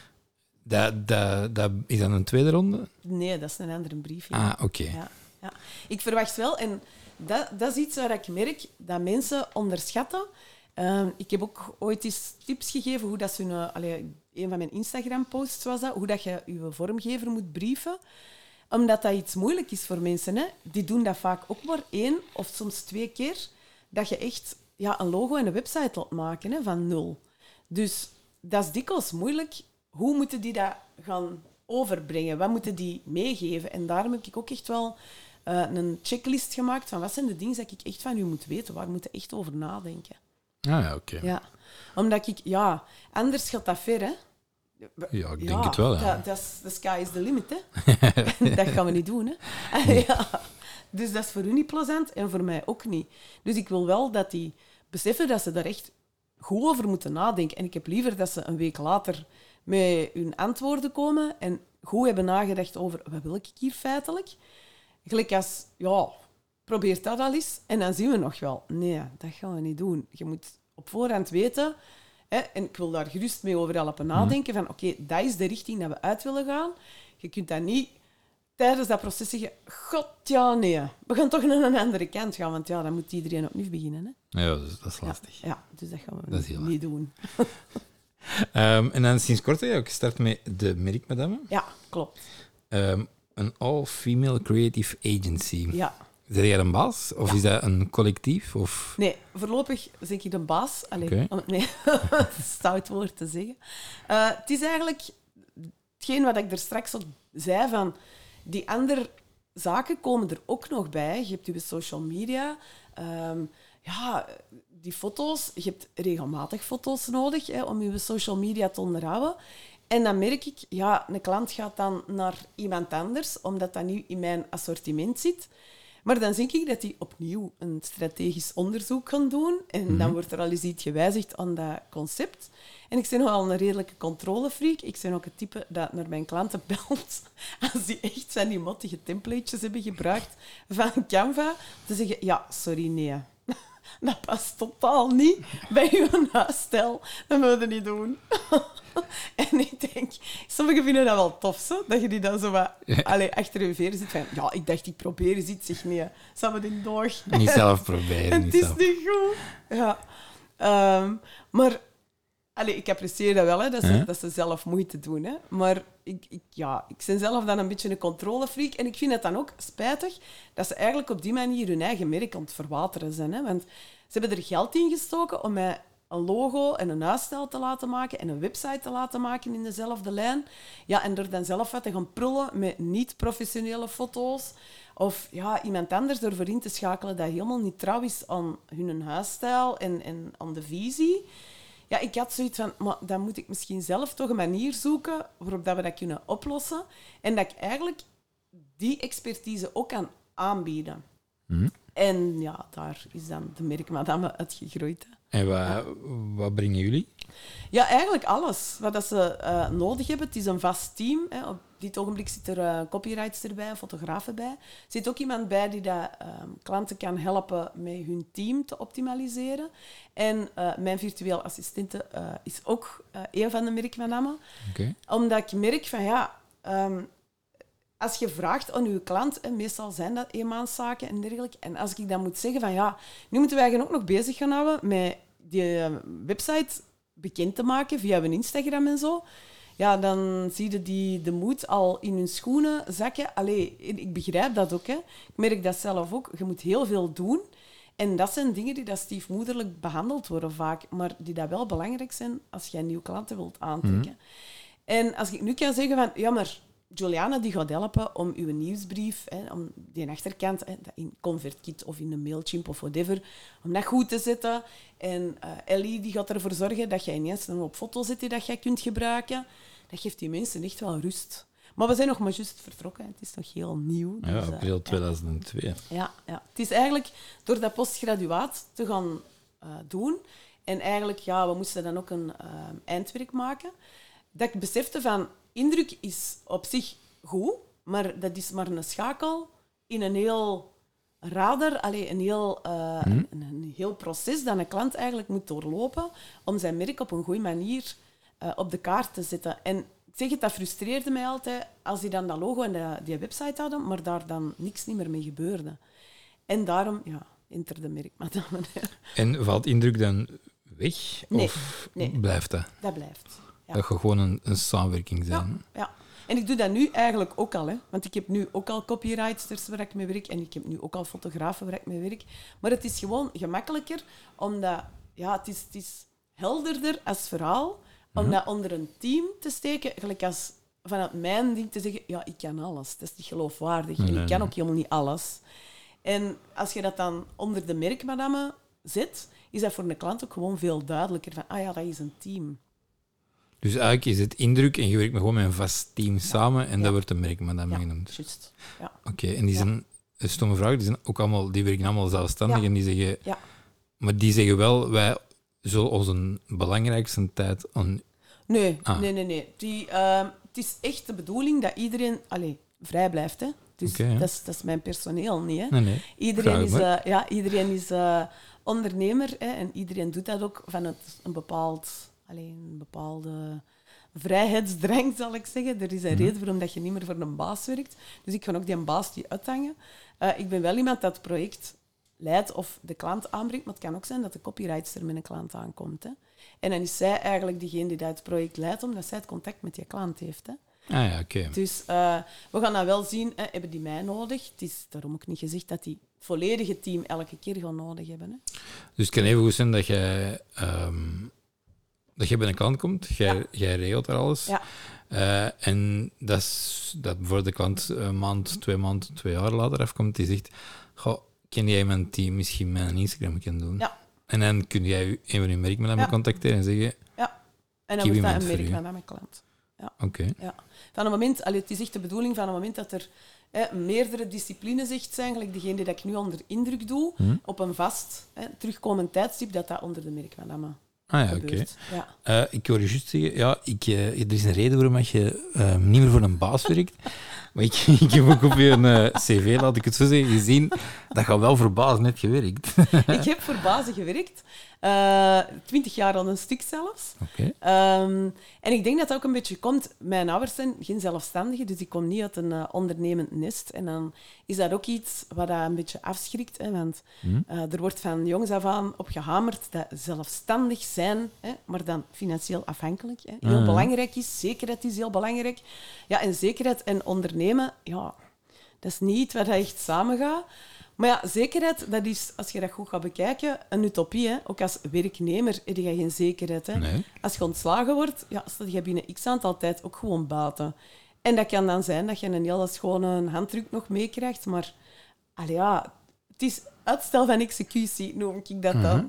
Dat, dat, dat, is dat een tweede ronde? Nee, dat is een andere briefing. Ah, oké. Okay. Ja, ja. Ik verwacht wel, en dat, dat is iets waar ik merk dat mensen onderschatten. Uh, ik heb ook ooit eens tips gegeven hoe dat ze hun... Allee, een van mijn Instagram-posts was dat, hoe dat je je vormgever moet brieven. Omdat dat iets moeilijk is voor mensen. Hè. Die doen dat vaak ook maar één of soms twee keer. Dat je echt ja, een logo en een website laat maken, hè, van nul. Dus dat is dikwijls moeilijk. Hoe moeten die dat gaan overbrengen? Wat moeten die meegeven? En daarom heb ik ook echt wel uh, een checklist gemaakt van wat zijn de dingen dat ik echt van u moet weten. Waar moet je echt over nadenken? Ah ja, oké. Okay. Ja. Omdat ik... Ja, anders gaat dat ver, hè. Ja, ik denk ja, het wel, ja. Dat, dat is, the sky is the limit, hè. Dat gaan we niet doen, hè. Ja. Dus dat is voor u niet plezant en voor mij ook niet. Dus ik wil wel dat die beseffen dat ze daar echt goed over moeten nadenken. En ik heb liever dat ze een week later met hun antwoorden komen en goed hebben nagedacht over wat wil ik hier feitelijk. Gelijk als, ja, probeer dat al eens en dan zien we nog wel. Nee, dat gaan we niet doen. Je moet op voorhand weten, hè, en ik wil daar gerust mee over helpen nadenken, van oké, okay, dat is de richting dat we uit willen gaan. Je kunt dat niet tijdens dat proces zeggen, god, ja, nee, we gaan toch naar een andere kant gaan, want ja, dan moet iedereen opnieuw beginnen. Hè? Ja, dat is, dat is lastig. Ja, ja, dus dat gaan we Dat is niet, heel niet doen. Um, en dan sinds kort heb je ook gestart met de Merkmadame. Ja, klopt. Um, een all-female creative agency. Ja. Zijn jij een baas? Of Ja. is dat een collectief? Of... Nee, voorlopig zeg ik de baas. Allee, Oké. om het nee, een stout woord te zeggen. Uh, het is eigenlijk hetgeen wat ik er straks al zei, van die andere zaken komen er ook nog bij. Je hebt je social media. Um, ja, die foto's. Je hebt regelmatig foto's nodig hè, om je social media te onderhouden. En dan merk ik, ja, een klant gaat dan naar iemand anders, omdat dat nu in mijn assortiment zit. Maar dan denk ik dat die opnieuw een strategisch onderzoek gaan doen. En mm-hmm. dan wordt er al eens iets gewijzigd aan dat concept. En ik ben nogal een redelijke controlefreak. Ik ben ook het type dat naar mijn klanten belt als die echt zijn die mottige templatejes hebben gebruikt van Canva. Te zeggen, ja, sorry, nee. Dat past totaal niet bij uw huisstijl. Dat moeten we niet doen. En ik denk, sommigen vinden dat wel tof, zo, dat je die dan zo wat allee, achter je veren zit. Van, ja, ik dacht, ik probeer eens iets. Zeg, nee, samen die door. Niet zelf proberen. Het is zelf. Niet goed. Ja. Um, maar allee, ik apprecieer dat wel, hè, dat, ze, huh? dat ze zelf moeite doen. Hè. Maar ik, ik, ja, ik ben zelf dan een beetje een controlefreak. En ik vind het dan ook spijtig dat ze eigenlijk op die manier hun eigen merk aan het verwateren zijn. Hè. Want ze hebben er geld in gestoken om mij een logo en een huisstijl te laten maken en een website te laten maken in dezelfde lijn. Ja, en er dan zelf wat te gaan prullen met niet-professionele foto's. Of ja, iemand anders ervoor in te schakelen dat helemaal niet trouw is aan hun huisstijl en, en aan de visie. Ja, ik had zoiets van, maar dan moet ik misschien zelf toch een manier zoeken waarop dat we dat kunnen oplossen. En dat ik eigenlijk die expertise ook kan aanbieden. Mm. En ja, daar is dan de Merkmadame uitgegroeid. Hè. En wat, ja. wat brengen jullie? Ja, eigenlijk alles wat dat ze uh, nodig hebben. Het is een vast team. Hè. Op dit ogenblik zit er uh, copywriters erbij, fotografen bij. Er zit ook iemand bij die dat, uh, klanten kan helpen met hun team te optimaliseren. En uh, mijn virtueel assistente uh, is ook uh, een van de Merkmadame. Okay. Omdat ik merk van ja... Um, als je vraagt aan je klant, en meestal zijn dat eenmanszaken en dergelijke, en als ik dan moet zeggen van ja, nu moeten wij ook nog bezig gaan houden met die website bekend te maken via hun Instagram en zo, ja, dan zie je die de moed al in hun schoenen zakken. Allee, ik begrijp dat ook, hè. Ik merk dat zelf ook. Je moet heel veel doen. En dat zijn dingen die dat stiefmoederlijk behandeld worden vaak, maar die dat wel belangrijk zijn als je nieuwe klanten wilt aantrekken. Mm-hmm. En als ik nu kan zeggen van, ja, maar Juliana die gaat helpen om uw nieuwsbrief, hè, om die achterkant, hè, in ConvertKit of in een Mailchimp of whatever, om dat goed te zetten. En uh, Ellie die gaat ervoor zorgen dat je ineens een op foto zet die dat jij kunt gebruiken. Dat geeft die mensen echt wel rust. Maar we zijn nog maar juist vertrokken. Het is nog heel nieuw. Ja, dus, april uh, tweeduizend twee. Ja, ja, het is eigenlijk door dat postgraduaat te gaan uh, doen. En eigenlijk, ja, we moesten dan ook een uh, eindwerk maken. Dat ik besefte van, indruk is op zich goed, maar dat is maar een schakel in een heel radar, allee, een, heel, uh, hmm. een, een heel proces dat een klant eigenlijk moet doorlopen om zijn merk op een goede manier uh, op de kaart te zetten. En ik zeg het, dat frustreerde mij altijd als die dan dat logo en de, die website hadden, maar daar dan niks niet meer mee gebeurde. En daarom, ja, enter de Merkmadame. En valt indruk dan weg? Nee, of nee, blijft dat? Dat blijft. Ja. Dat gaat gewoon een, een samenwerking zijn. Ja, ja, en ik doe dat nu eigenlijk ook al. Hè. Want ik heb nu ook al copywriters waar ik mee werk en ik heb nu ook al fotografen waar ik mee werk. Maar het is gewoon gemakkelijker, omdat ja, het, is, het is helderder als verhaal, om mm-hmm. dat onder een team te steken. Gelijk als vanuit mijn ding te zeggen, ja, ik kan alles. Dat is niet geloofwaardig. Nee, en ik kan ook helemaal niet alles. En als je dat dan onder de Merkmadame zet, is dat voor een klant ook gewoon veel duidelijker. Van, ah ja, dat is een team. Dus eigenlijk is het indruk en je werkt met gewoon met een vast team ja. samen en ja. dat wordt een Merkmadame ja, genoemd. Juist. Ja. Oké, okay, en die zijn, ja. een stomme vraag, die, zijn ook allemaal, die werken allemaal zelfstandig ja. en die zeggen... Ja. Maar die zeggen wel, wij zullen onze belangrijkste tijd aan... Nee, ah. nee, nee. nee. Die, uh, het is echt de bedoeling dat iedereen allez, vrij blijft. Hè. Dus okay, ja. dat, is, dat is mijn personeel niet. Hè. Nee, nee. Iedereen is, uh, ja, iedereen is uh, ondernemer hè, en iedereen doet dat ook vanuit een bepaald... Alleen een bepaalde vrijheidsdrang, zal ik zeggen. Er is een reden waarom dat je niet meer voor een baas werkt. Dus ik ga ook die baas die uithangen. Uh, ik ben wel iemand dat het project leidt of de klant aanbrengt, maar het kan ook zijn dat de copywriter met een klant aankomt. Hè. En dan is zij eigenlijk degene die dat het project leidt, omdat zij het contact met die klant heeft. Hè. Ah ja, oké. Okay. Dus uh, we gaan dan wel zien, hè, hebben die mij nodig? Het is daarom ook niet gezegd dat die het volledige team elke keer gaan nodig hebben. Hè. Dus het kan even goed zijn dat jij, um, dat jij bij een klant komt, jij, ja. jij regelt er alles. Ja. Uh, en dat, is, dat voor de klant een maand, twee maanden, twee jaar later afkomt, die zegt, goh, ken jij iemand die misschien mijn Instagram kan doen? Ja. En dan kun jij een van je merknamen ja. contacteren en zeggen... Ja, en dan wordt dat een merknaam aan mijn klant. Ja. Oké. Okay. Ja. Van het moment, allee, het is echt de bedoeling van het moment dat er hè, meerdere disciplines echt zijn, gelijk degene dat ik nu onder indruk doe, hmm. op een vast, hè, terugkomend tijdstip, dat dat onder de merknaam Ah ja, oké. Okay. Ja. Uh, ik wil je juist zeggen, ja, ik, uh, er is een reden waarom je uh, niet meer voor een baas werkt. Maar ik, ik heb ook op je uh, cv, laat ik het zo zeggen, gezien dat je wel voor baas net gewerkt. Ik heb voor bazen gewerkt. Uh, twintig jaar aan een stuk zelfs. Okay. Um, en ik denk dat dat ook een beetje komt. Mijn ouders zijn geen zelfstandigen, dus ik kom niet uit een uh, ondernemend nest. En dan is dat ook iets wat dat een beetje afschrikt. Hè, want hmm. uh, er wordt van jongs af aan op gehamerd dat zelfstandig zijn, hè, maar dan financieel afhankelijk, hè, heel hmm. belangrijk is. Zekerheid is heel belangrijk. Ja, en zekerheid en ondernemen, ja, dat is niet wat dat echt samengaat. Maar ja, zekerheid, dat is, als je dat goed gaat bekijken, een utopie. Hè? Ook als werknemer heb je geen zekerheid. Hè? Nee. Als je ontslagen wordt, ja, stel je binnen x aantal tijd ook gewoon buiten. En dat kan dan zijn dat je een heel schone handdruk nog meekrijgt. Maar allee, ja, het is uitstel van executie, noem ik dat dan. Mm-hmm.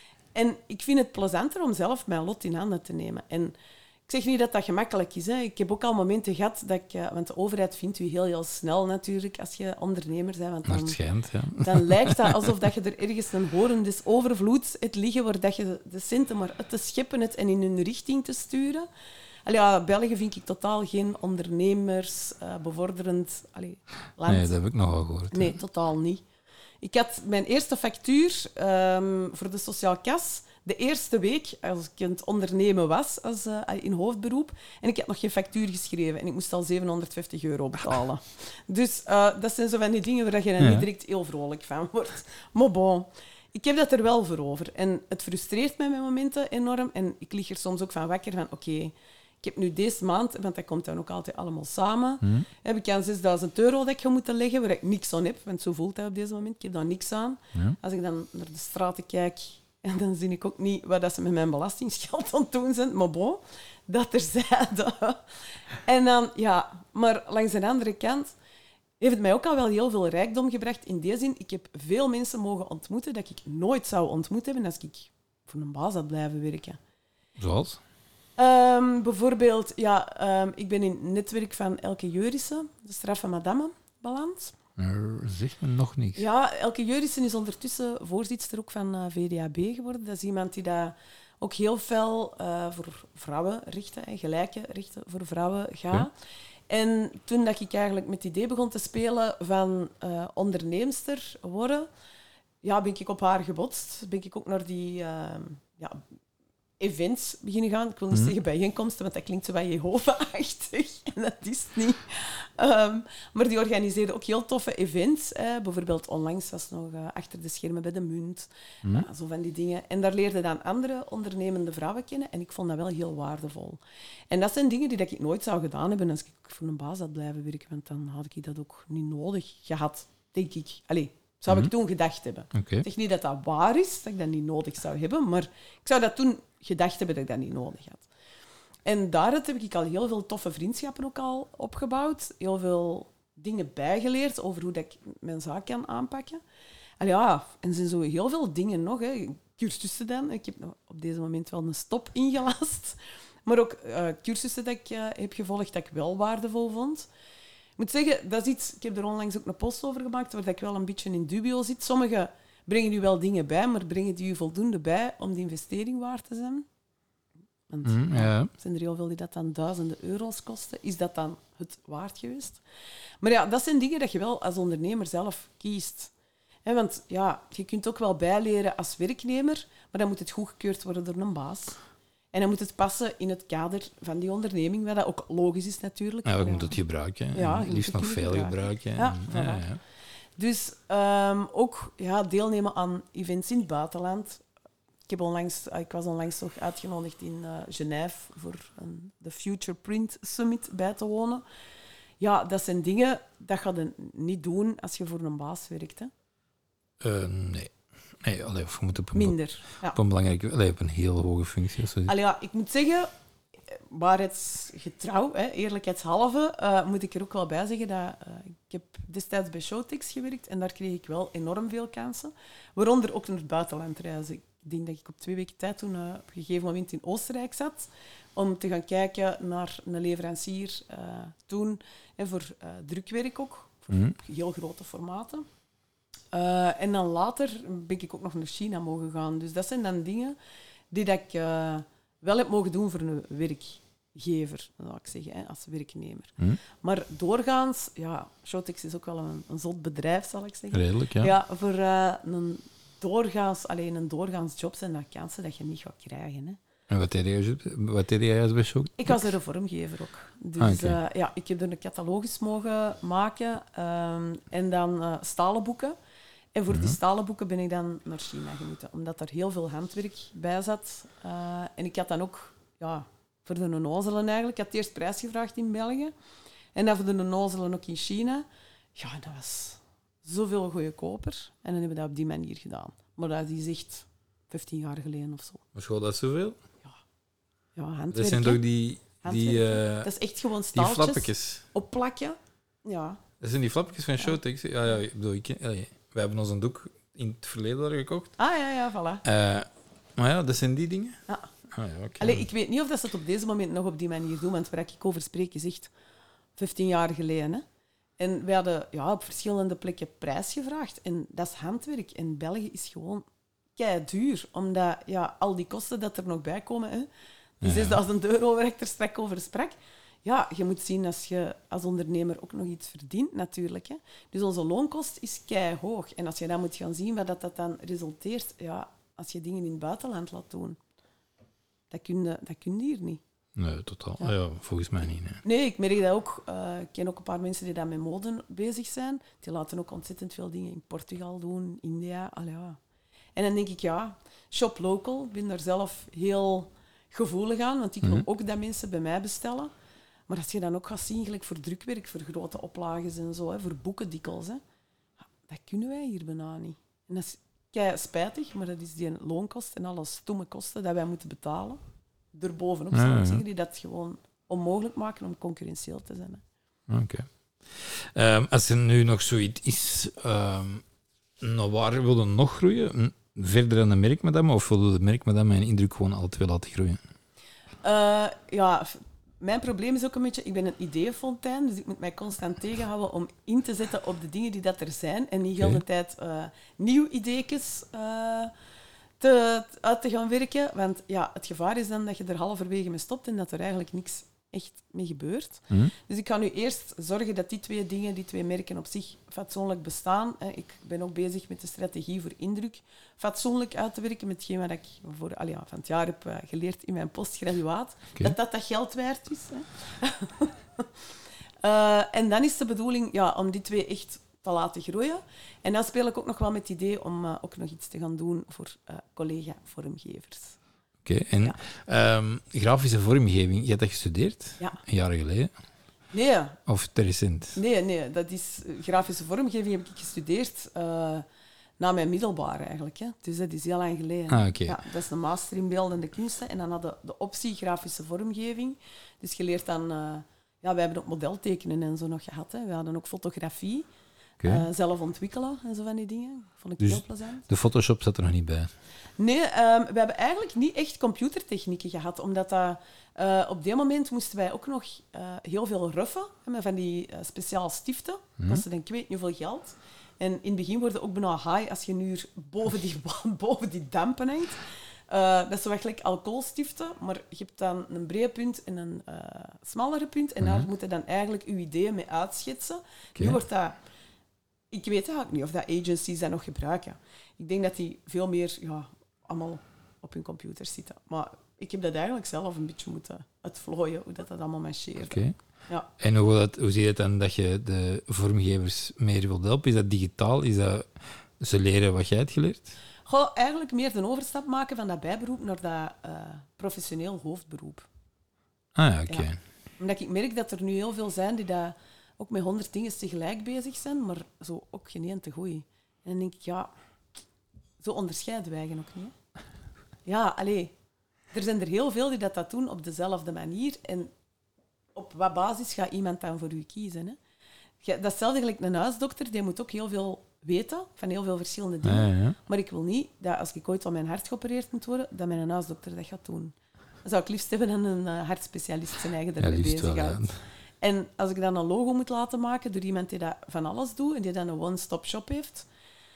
En ik vind het plezanter om zelf mijn lot in handen te nemen. En ik zeg niet dat dat gemakkelijk is. Hè. Ik heb ook al momenten gehad dat ik... Want de overheid vindt u heel, heel snel natuurlijk als je ondernemer bent. Want dan, het schijnt, ja. Dan lijkt dat alsof dat je er ergens een horen des overvloeds het liggen waar dat je de centen maar uit te scheppen het en in hun richting te sturen. Allee, ja, België vind ik totaal geen ondernemers uh, bevorderend allee, land. Nee, dat heb ik nogal gehoord. Nee, hè. Totaal niet. Ik had mijn eerste factuur um, voor de sociaal kas de eerste week, als ik aan het ondernemen was, als, uh, in hoofdberoep, en ik had nog geen factuur geschreven en ik moest al zevenhonderdvijftig euro betalen. Dus uh, dat zijn zo van die dingen waar je dan ja. niet direct heel vrolijk van wordt. Maar bon, ik heb dat er wel voor over. En het frustreert mij met momenten enorm. En ik lig er soms ook van wakker van, oké, okay, ik heb nu deze maand, want dat komt dan ook altijd allemaal samen, hmm. heb ik aan zesduizend euro dat ik ga moeten leggen, waar ik niks aan heb, want zo voelt dat op deze moment. Ik heb daar niks aan. Ja. Als ik dan naar de straten kijk... En dan zie ik ook niet wat dat ze met mijn belastingsgeld aan het doen zijn. Maar bon, dat terzijde. En dan, ja, maar langs de andere kant heeft het mij ook al wel heel veel rijkdom gebracht. In die zin, ik heb veel mensen mogen ontmoeten dat ik nooit zou ontmoet hebben als ik voor een baas had blijven werken. Zoals? Um, bijvoorbeeld, ja, um, ik ben in het netwerk van Elke Jurissen, de straf van madame, beland. Er zegt me nog niks. Ja, Elke Jurissen is ondertussen voorzitter ook van uh, V D A B geworden. Dat is iemand die dat ook heel fel uh, voor vrouwenrechten, hè, gelijke rechten voor vrouwen gaat. Ja. En toen dat ik eigenlijk met het idee begon te spelen van uh, onderneemster worden, ja, ben ik op haar gebotst. Ben ik ook naar die uh, ja, events beginnen gaan. Ik wil niet mm. zeggen bijeenkomsten, want dat klinkt zo bij Jehovah-achtig. En dat is het niet. Um, maar die organiseerde ook heel toffe events. Hè. Bijvoorbeeld onlangs was nog uh, achter de schermen bij de Munt. Mm. Ja, zo van die dingen. En daar leerde dan andere ondernemende vrouwen kennen. En ik vond dat wel heel waardevol. En dat zijn dingen die dat ik nooit zou gedaan hebben als ik voor een baas had blijven werken. Want dan had ik dat ook niet nodig gehad, denk ik. Allee, zou mm-hmm. ik toen gedacht hebben. Okay. Ik zeg niet dat dat waar is, dat ik dat niet nodig zou hebben. Maar ik zou dat toen gedacht hebben dat ik dat niet nodig had. En daaruit heb ik al heel veel toffe vriendschappen ook al opgebouwd. Heel veel dingen bijgeleerd over hoe dat ik mijn zaak kan aanpakken. En ja, en er zijn zo heel veel dingen nog. Hè. Cursussen dan. Ik heb op deze moment wel een stop ingelast. Maar ook uh, cursussen dat ik uh, heb gevolgd dat ik wel waardevol vond. Ik moet zeggen, dat is iets... Ik heb er onlangs ook een post over gemaakt waar ik wel een beetje in dubio zit. Sommigen brengen u wel dingen bij, maar brengen die u voldoende bij om die investering waard te zijn? Want mm, ja. zijn er heel veel die dat dan duizenden euro's kosten. Is dat dan het waard geweest? Maar ja, dat zijn dingen dat je wel als ondernemer zelf kiest. He, want ja, je kunt ook wel bijleren als werknemer, maar dan moet het goedgekeurd worden door een baas. En dan moet het passen in het kader van die onderneming, wat dat ook logisch is natuurlijk. Ja, je moet het gebruiken. Ja, En je liefst moet nog het veel gebruiken. gebruiken. Ja, En- voilà. ja, ja. Dus um, ook ja, deelnemen aan events in het buitenland. Ik, heb onlangs, ik was onlangs toch uitgenodigd in uh, Genève voor een, de Future Print Summit bij te wonen. Ja, dat zijn dingen dat ga je niet doen als je voor een baas werkt. Hè. Uh, nee. Nee, allee, of je moet op een, Minder. Ja. op een belangrijke, allee, op een heel hoge functie. Zo. Allee, ja, ik moet zeggen, waarheidsgetrouw, hè, eerlijkheidshalve, uh, moet ik er ook wel bij zeggen dat uh, ik heb destijds bij Showtex gewerkt en daar kreeg ik wel enorm veel kansen. Waaronder ook naar het buitenland reizen. Ik denk dat ik op twee weken tijd toen uh, op een gegeven moment in Oostenrijk zat om te gaan kijken naar een leverancier uh, toen en voor uh, drukwerk ook, voor Mm. heel grote formaten. Uh, en dan later ben ik ook nog naar China mogen gaan. Dus dat zijn dan dingen die dat ik uh, wel heb mogen doen voor een werkgever, zou ik zeggen, hè, als werknemer. Mm. Maar doorgaans, ja, Showtex is ook wel een, een zot bedrijf, zal ik zeggen. Redelijk, ja. Ja, voor uh, een doorgaans, alleen een doorgaans job zijn dat kansen dat je niet gaat krijgen. Hè. En wat deed jij, wat deed jij bij Show? Ik was er een vormgever ook. Dus Ah, okay. uh, ja, ik heb er een catalogus mogen maken um, en dan uh, stalen boeken. En voor Mm-hmm. die stalen boeken ben ik dan naar China gemoeten, omdat er heel veel handwerk bij zat. Uh, en ik had dan ook, ja, voor de onnozelen eigenlijk, ik had eerst prijs gevraagd in België. En dan voor de onnozelen ook in China. Ja, dat was zoveel goedkoper. En dan hebben we dat op die manier gedaan. Maar dat is echt vijftien jaar geleden of zo. Was gewoon dat zoveel? Ja, handwerk. Dat zijn hè. toch die, die, uh, Dat is echt gewoon die staaltjes flappetjes? opplakken. Ja. Dat zijn die flapjes van Showtex. Ja, ja, ik bedoel, ik, allee, wij hebben ons een doek in het verleden daar gekocht. Ah, ja, ja, voilà. Uh, maar ja, dat zijn die dingen. Ja. Ah, ja, okay. Allee, ik weet niet of dat ze het op deze moment nog op die manier doen, want waar ik over spreek is echt vijftien jaar geleden. Hè. En we hadden ja, op verschillende plekken prijs gevraagd. En dat is handwerk. En België is gewoon kei duur, omdat ja, al die kosten dat er nog bij komen, hè, die Ja. zesduizend euro waar ik er straks over sprak, ja, je moet zien als je als ondernemer ook nog iets verdient, natuurlijk. Hè. Dus onze loonkost is kei hoog. En als je dan moet gaan zien wat dat, dat dan resulteert, ja, als je dingen in het buitenland laat doen, dat kun je, dat kun je hier niet. Nee, totaal. Ja. Ja, volgens mij niet. Nee. Nee, ik merk dat ook. Uh, ik ken ook een paar mensen die daar met mode bezig zijn. Die laten ook ontzettend veel dingen in Portugal doen, India. Allee, ja. En dan denk ik, ja, shop local. Ik ben daar zelf heel gevoelig aan, want ik wil Mm-hmm. ook dat mensen bij mij bestellen. Maar als je dan ook gaat zien, gelijk voor drukwerk, voor grote oplages en zo, hè, voor boeken dikwijls, hè, dat kunnen wij hier bijna niet. En dat is kei spijtig, maar dat is die loonkost en alle stomme kosten dat wij moeten betalen. Erbovenop, Ja, zou ik ja. zeggen, die dat gewoon onmogelijk maken om concurrentieel te zijn. Hè. Oké. Um, als er nu nog zoiets is, um, nou, waar wil je nog groeien? Verder aan de merkmadame, of wil je de merkmadame en indruk gewoon alle twee laten groeien? Uh, ja, f- mijn probleem is ook een beetje, ik ben een ideeënfontein, dus ik moet mij constant tegenhouden om in te zetten op de dingen die dat er zijn en niet heel Oké. de tijd uh, nieuw ideetjes uh, te, uit te gaan werken. Want ja, het gevaar is dan dat je er halverwege mee stopt en dat er eigenlijk niks echt mee gebeurt. Hm? Dus ik ga nu eerst zorgen dat die twee dingen, die twee merken op zich fatsoenlijk bestaan. Ik ben ook bezig met de strategie voor indruk fatsoenlijk uit te werken, met hetgeen wat ik voor, allee, ja, van het jaar heb uh, geleerd in mijn postgraduaat. Oké. Dat dat dat geld waard is. Hè. uh, en dan is de bedoeling ja, om die twee echt te laten groeien. En dan speel ik ook nog wel met het idee om uh, ook nog iets te gaan doen voor uh, collega-vormgevers. Oké, en um, grafische vormgeving, je hebt dat gestudeerd? Ja. Een jaar geleden? Nee, Of te recent? nee, nee, dat is grafische vormgeving heb ik gestudeerd uh, na mijn middelbare eigenlijk. Hè. Dus dat is heel lang geleden. Ah, oké. Ja, dat is een master in beeldende kunsten. En dan hadden we de optie grafische vormgeving. Dus je leert dan... Uh, ja, wij hebben ook modeltekenen en zo nog gehad. Hè. We hadden ook fotografie. Oké. Uh, zelf ontwikkelen en zo van die dingen. Vond ik Dus- heel plezant. De Photoshop zat er nog niet bij. Nee, um, we hebben eigenlijk niet echt computertechnieken gehad, omdat dat, uh, op dit moment moesten wij ook nog uh, heel veel ruffen, hè, met van die uh, speciaal stiften. Dat kostte dan ik weet niet hoeveel geld. En in het begin worden ook bijna high als je nu boven die, boven die dampen hangt. Uh, dat is zo eigenlijk alcoholstiften, maar je hebt dan een brede punt en een uh, smallere punt. En daar moet je dan eigenlijk je ideeën mee uitschetsen. Oké. Nu wordt dat... Ik weet eigenlijk niet of dat agencies dat nog gebruiken. Ik denk dat die veel meer ja, allemaal op hun computer zitten. Maar ik heb dat eigenlijk zelf een beetje moeten uitvlooien, hoe dat, dat allemaal marcheert. Oké. Ja. En hoe, dat, hoe zie je het dan dat je de vormgevers meer wilt helpen? Is dat digitaal? Is dat ze leren wat jij hebt geleerd? Goh, eigenlijk meer de overstap maken van dat bijberoep naar dat uh, professioneel hoofdberoep. Ah ja, oké. Okay. Ja. Omdat ik merk dat er nu heel veel zijn die daar ook met honderd dingen tegelijk bezig zijn, maar zo ook geen één te goed. En dan denk ik, ja, zo onderscheiden wij ook niet. Hè? Ja, allee, er zijn er heel veel die dat, dat doen op dezelfde manier. En op wat basis gaat iemand dan voor u kiezen? Hè? Ja, dat is hetzelfde gelijk een huisdokter, die moet ook heel veel weten van heel veel verschillende dingen. Ja, ja. Maar ik wil niet dat als ik ooit van mijn hart geopereerd moet worden, dat mijn huisdokter dat gaat doen. Dan zou ik liefst hebben dat een uh, hartspecialist zijn eigen ermee ja, bezig wel, houdt. Ja. En als ik dan een logo moet laten maken door iemand die dat van alles doet en die dan een one-stop shop heeft,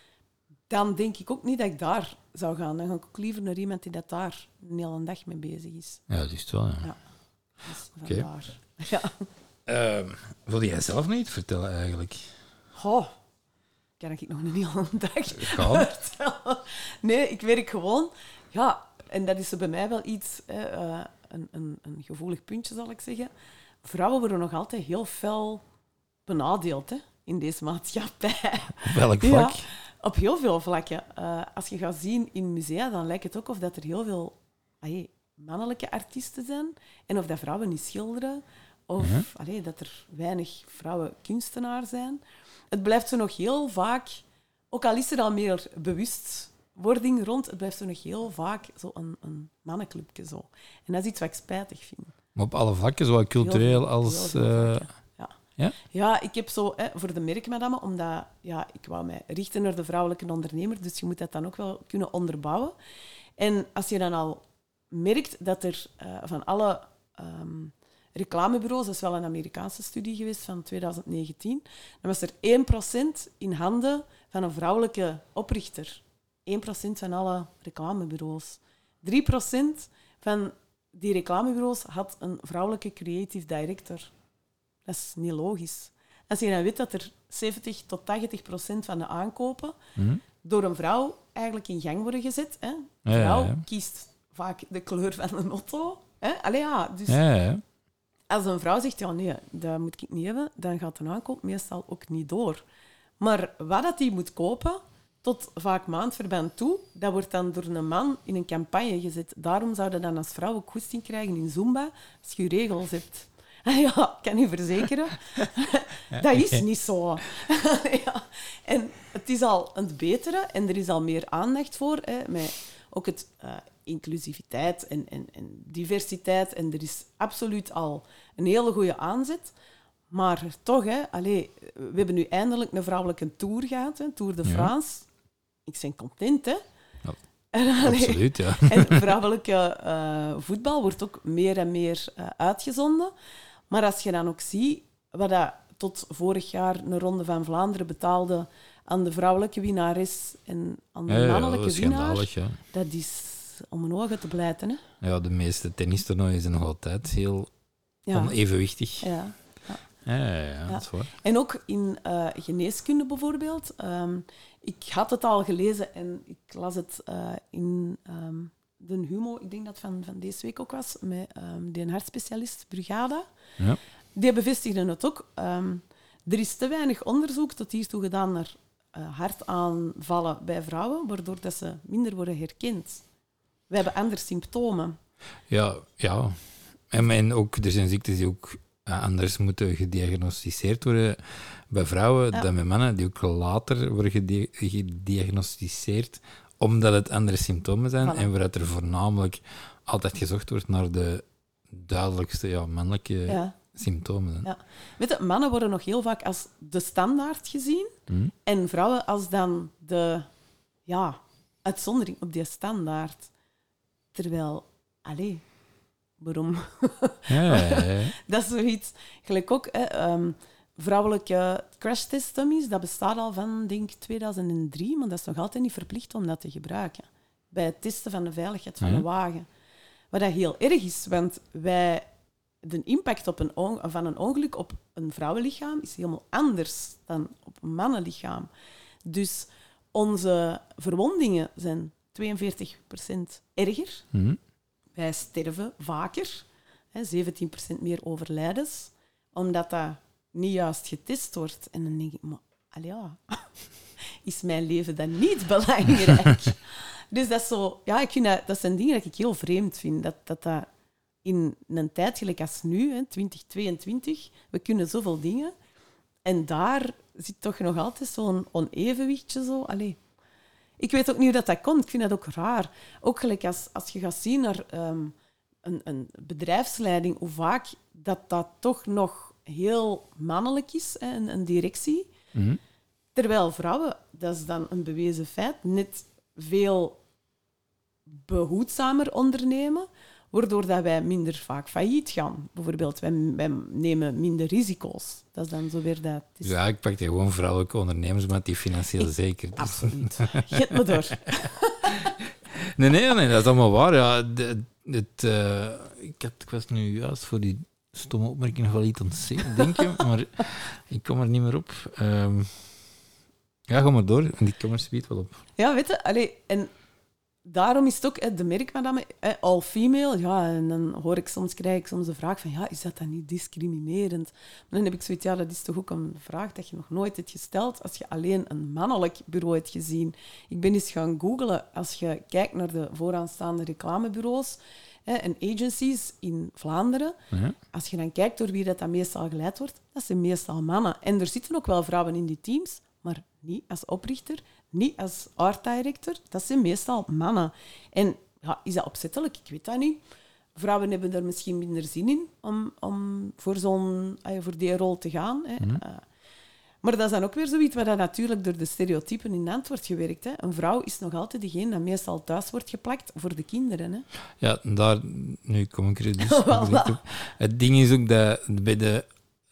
dan denk ik ook niet dat ik daar zou gaan. Dan ga ik ook liever naar iemand die dat daar een hele dag mee bezig is. Ja, dat is het wel, ja. Ja, dus Oké. vandaar. Ja. Uh, wilde jij zelf nog iets vertellen, eigenlijk? Goh, kan ik nog een hele dag Gaan. vertellen? Nee, ik werk gewoon. Ja, en dat is bij mij wel iets, hè, uh, een, een, een gevoelig puntje, zal ik zeggen. Vrouwen worden nog altijd heel fel benadeeld, hè, in deze maatschappij. Op welk vlak? Ja, op heel veel vlakken. Uh, als je gaat zien in musea, dan lijkt het ook of dat er heel veel allee, mannelijke artiesten zijn en of dat vrouwen niet schilderen of Ja. allee, dat er weinig vrouwen kunstenaar zijn. Het blijft zo nog heel vaak, ook al is er al meer bewustwording rond, het blijft zo nog heel vaak zo een, een mannenclubje zo. En dat is iets wat ik spijtig vind. Maar op alle vlakken, zowel cultureel als... Heel veel Uh, vlakken. Ja. Ja? Ja, ik heb zo hè, voor de merkmadame, omdat ja, ik wou mij richten naar de vrouwelijke ondernemer, dus je moet dat dan ook wel kunnen onderbouwen. En als je dan al merkt dat er uh, van alle um, reclamebureaus, dat is wel een Amerikaanse studie geweest van twintig negentien, dan was er één procent in handen van een vrouwelijke oprichter. één procent van alle reclamebureaus. drie procent van die reclamebureaus had een vrouwelijke creative director. Dat is niet logisch. Als je dan weet dat er zeventig tot tachtig procent van de aankopen mm-hmm. door een vrouw eigenlijk in gang worden gezet. Hè? Een Ja, vrouw ja, ja. kiest vaak de kleur van een auto. Hè? Allee, ja, dus Ja, ja. als een vrouw zegt, ja, nee, dat moet ik niet hebben, dan gaat een aankoop meestal ook niet door. Maar wat dat die moet kopen, tot vaak maandverband toe, dat wordt dan door een man in een campagne gezet. Daarom zou je dan als vrouw ook goesting krijgen in Zumba, als je regels hebt. Ja, ik kan u verzekeren. Dat is niet zo. Ja. En het is al aan het beteren en er is al meer aandacht voor. Hè, met ook het uh, inclusiviteit en, en, en diversiteit. En er is absoluut al een hele goede aanzet. Maar toch, hè, allez, we hebben nu eindelijk een vrouwelijke tour gehad, hè, Tour de France. Ja. Ik ben content, hè. Ja. En, allee, Absoluut, ja. En vrouwelijke uh, voetbal wordt ook meer en meer uh, uitgezonden. Maar als je dan ook ziet wat dat tot vorig jaar een Ronde van Vlaanderen betaalde aan de vrouwelijke winnares en aan de Ja, ja, mannelijke dat is winnaar, schandalig, ja. dat is om een ogen te blijten. Hè? Ja, de meeste tennistoernooien zijn nog altijd heel Ja. onevenwichtig. Ja. Ja, ja, ja, ja, dat is waar. En ook in uh, geneeskunde bijvoorbeeld. Um, ik had het al gelezen en ik las het uh, in um, de Humo, ik denk dat het van, van deze week ook was, met um, die hartspecialist Brugada. Ja. Die bevestigde het ook. Um, er is te weinig onderzoek tot hiertoe gedaan naar uh, hartaanvallen bij vrouwen, waardoor dat ze minder worden herkend. We hebben andere symptomen. Ja, ja. En, en ook, er zijn ziektes die ook uh, anders moeten gediagnosticeerd worden bij vrouwen Ja. dan bij mannen, die ook later worden gedi- gediagnosticeerd, omdat het andere symptomen zijn Voilà. en waaruit er voornamelijk altijd gezocht wordt naar de duidelijkste ja, mannelijke Ja. symptomen. Hè. Ja. Weet je, mannen worden nog heel vaak als de standaard gezien Hm? en vrouwen als dan de ja, uitzondering op die standaard. Terwijl, allee, waarom? Ja, ja, ja, ja. Dat is zoiets. Gelijk ook, hè, um, vrouwelijke crash test dummies, dat bestaat al van, denk ik, tweeduizend drie, maar dat is nog altijd niet verplicht om dat te gebruiken. Bij het testen van de veiligheid van Ja. de wagen. Wat dat heel erg is, want wij, de impact op een on- van een ongeluk op een vrouwenlichaam is helemaal anders dan op een mannenlichaam. Dus onze verwondingen zijn tweeënveertig procent erger. Mhm. Wij sterven vaker. Hè, zeventien procent meer overlijdens. Omdat dat niet juist getest wordt. En dan denk ik, maar allee, ja, is mijn leven dan niet belangrijk? Dus dat is zo... Ja, ik vind dat, dat zijn dingen dat ik heel vreemd vind. Dat dat, dat in een tijd gelijk als nu, hè, twintig tweeëntwintig, we kunnen zoveel dingen. En daar zit toch nog altijd zo'n onevenwichtje. Zo. Allee. Ik weet ook niet hoe dat, dat komt. Ik vind dat ook raar. Ook gelijk als, als je gaat zien naar um, een, een bedrijfsleiding, hoe vaak dat dat toch nog heel mannelijk is, hè, een, een directie. Mm-hmm. Terwijl vrouwen, dat is dan een bewezen feit, net veel behoedzamer ondernemen, waardoor dat wij minder vaak failliet gaan. Bijvoorbeeld, wij, wij nemen minder risico's. Dat is dan zo weer dat... Is... Ja, ik pak gewoon vrouwelijke ondernemers, maar die financieel ik, zeker. Dus. Absoluut. Geet me door. nee, nee, nee, dat is allemaal waar. Ja, de, het, uh, ik, had, ik was nu juist voor die stomme opmerking nog wel iets aan het denken, maar ik kom er niet meer op. Um, ja, ga maar door. En die kom er speed wel op. Ja, weet je, allee, en daarom is het ook de merkmadame, all female. Ja, en dan hoor ik soms, krijg ik soms de vraag van, ja, is dat dan niet discriminerend? Maar dan heb ik zoiets, ja, dat is toch ook een vraag dat je nog nooit hebt gesteld als je alleen een mannelijk bureau hebt gezien. Ik ben eens gaan googlen, als je kijkt naar de vooraanstaande reclamebureaus hè, en agencies in Vlaanderen, ja. Als je dan kijkt door wie dat, dat meestal geleid wordt, dat zijn meestal mannen. En er zitten ook wel vrouwen in die teams, maar niet als oprichter, niet als art director. Dat zijn meestal mannen. En ja, is dat opzettelijk? Ik weet dat niet. Vrouwen hebben er misschien minder zin in om, om voor, zo'n, voor die rol te gaan. Hè. Mm-hmm. Uh, maar dat is dan ook weer zoiets wat natuurlijk door de stereotypen in de hand wordt gewerkt. Hè. Een vrouw is nog altijd degene die meestal thuis wordt geplakt voor de kinderen. Hè. Ja, daar... Nu kom ik er dus op. Het ding is ook dat bij de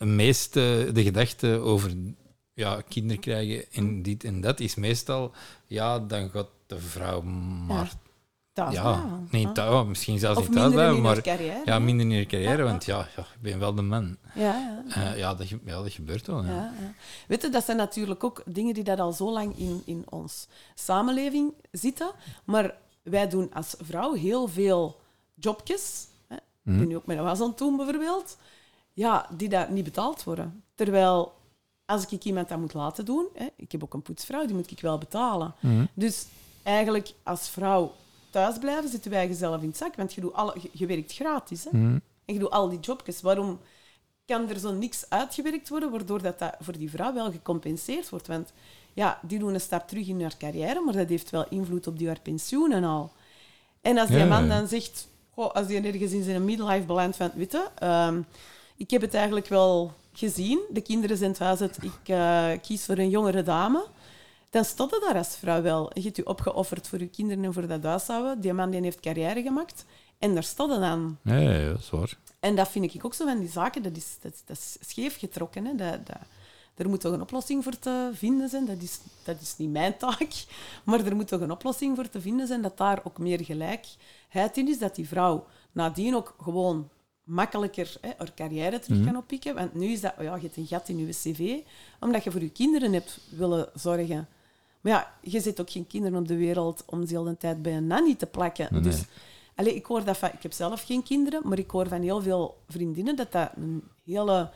meeste de gedachte over... Ja, kinderen krijgen en dit en dat is meestal, ja, dan gaat de vrouw maar... Ja, thuis ja, blijven. nee, thuis, misschien zelfs of niet thuis blijven, maar... Carrière, ja, minder in je carrière, ja, want ja, ja, ik ben wel de man. Ja, ja. Uh, ja, dat, ja, dat gebeurt wel. Ja. Ja, ja. Weet je, dat zijn natuurlijk ook dingen die dat al zo lang in, in ons samenleving zitten, maar wij doen als vrouw heel veel jobjes, hè. Mm. Ik ben nu ook met een was aan het doen, bijvoorbeeld, ja, die dat niet betaald worden. Terwijl... Als ik iemand dat moet laten doen... Hè, ik heb ook een poetsvrouw, die moet ik wel betalen. Mm-hmm. Dus eigenlijk, als vrouw thuis blijven, zitten wij jezelf in het zak. Want je, doet alle, je, je werkt gratis. Hè? Mm-hmm. En je doet al die jobjes. Waarom kan er zo niks uitgewerkt worden, waardoor dat, dat voor die vrouw wel gecompenseerd wordt? Want ja, die doen een stap terug in haar carrière, maar dat heeft wel invloed op die haar pensioen en al. En als die ja, man ja. dan zegt... Goh, als die ergens in zijn midlife belandt van... Weet je, um, ik heb het eigenlijk wel... gezien, de kinderen zijn thuis, ik uh, kies voor een jongere dame, dan stond je daar als vrouw wel. Je hebt je opgeofferd voor je kinderen en voor dat huishouden. Die man die heeft carrière gemaakt. En daar stond je dan. Ja, ja, ja, dat is waar. En dat vind ik ook zo van die zaken, dat is, dat, dat is scheef getrokken. Hè. Dat, dat, er moet toch een oplossing voor te vinden zijn. Dat is, dat is niet mijn taak. Maar er moet toch een oplossing voor te vinden zijn dat daar ook meer gelijkheid in is. Dat die vrouw nadien ook gewoon... makkelijker hè, haar carrière terug kan oppikken. Want nu is dat... Oh ja, je hebt een gat in je cv, omdat je voor je kinderen hebt willen zorgen. Maar ja, je zet ook geen kinderen op de wereld om de hele tijd bij een nanny te plakken. Nee. Dus, allez, ik hoor dat van... Ik heb zelf geen kinderen, maar ik hoor van heel veel vriendinnen dat dat een hele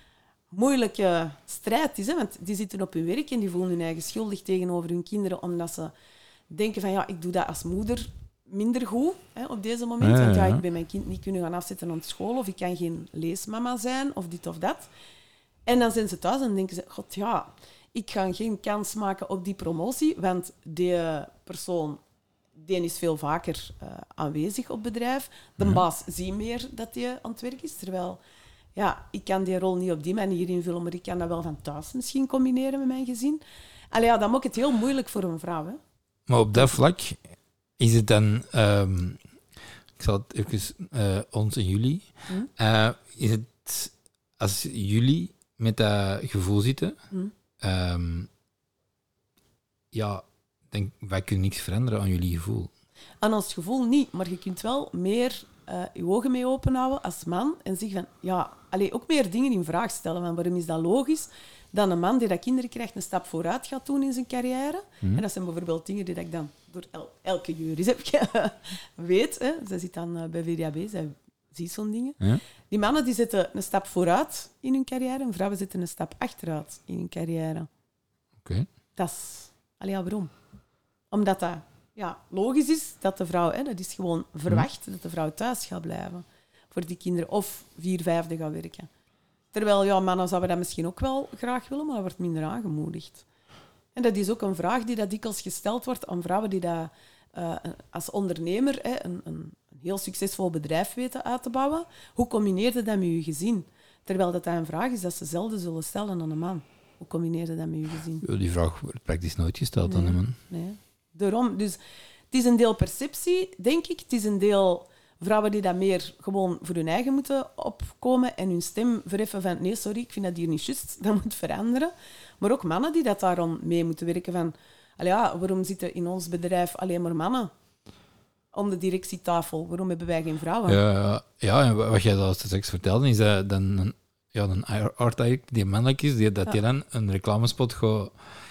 moeilijke strijd is. Hè, want die zitten op hun werk en die voelen hun eigen schuldig tegenover hun kinderen, omdat ze denken van, ja, ik doe dat als moeder... minder goed hè, op deze moment. Ja, ja, ja. Want ja, ik ben mijn kind niet kunnen gaan afzetten aan school of ik kan geen leesmama zijn of dit of dat. En dan zijn ze thuis en denken ze... God, ja, ik ga geen kans maken op die promotie, want die persoon die is veel vaker uh, aanwezig op bedrijf. De ja. baas ziet meer dat die aan het werk is. Terwijl, ja, ik kan die rol niet op die manier invullen, maar ik kan dat wel van thuis misschien combineren met mijn gezin. Allee, ja, dan maakt het heel moeilijk voor een vrouw. Hè. Maar op dat vlak... Is het dan, um, ik zal het even, uh, ons en jullie, mm. uh, is het als jullie met dat gevoel zitten, mm. um, ja, denk, wij kunnen niks veranderen aan jullie gevoel. Aan ons gevoel niet, maar je kunt wel meer uh, je ogen mee openhouden als man en zeggen van, ja, allee, ook meer dingen in vraag stellen. Van waarom is dat logisch dat een man die dat kinderen krijgt een stap vooruit gaat doen in zijn carrière? Mm-hmm. En dat zijn bijvoorbeeld dingen die dat ik dan door el- elke juris heb weet. Hè. Zij zit dan uh, bij V D A B, zij ziet zo'n dingen. Ja. Die mannen die zetten een stap vooruit in hun carrière en vrouwen zetten een stap achteruit in hun carrière. Oké. Okay. Dat is... Allee, ja, waarom? Omdat dat ja, logisch is dat de vrouw... Hè, dat is gewoon verwacht hm. dat de vrouw thuis gaat blijven voor die kinderen. Of vier vijfde gaat werken. Terwijl, ja, mannen zouden dat misschien ook wel graag willen, maar dat wordt minder aangemoedigd. En dat is ook een vraag die dat dikwijls gesteld wordt aan vrouwen die dat, uh, als ondernemer hè, een, een heel succesvol bedrijf weten uit te bouwen. Hoe combineer je dat met je gezin? Terwijl dat, dat een vraag is dat ze zelden zullen stellen aan een man. Hoe combineer je dat met je gezin? Ja, die vraag wordt praktisch nooit gesteld nee, aan een man. Nee. Daarom, dus het is een deel perceptie, denk ik. Het is een deel vrouwen die dat meer gewoon voor hun eigen moeten opkomen en hun stem verheffen van nee, sorry, ik vind dat hier niet juist, dat moet veranderen. Maar ook mannen die dat daarom mee moeten werken van allee, ja, waarom zitten in ons bedrijf alleen maar mannen om de directietafel? Waarom hebben wij geen vrouwen? Ja, ja, ja en wat jij al straks vertelde, is dat dan een, ja, een art director die mannelijk is, die, dat ja. die dan een reclamespot gaat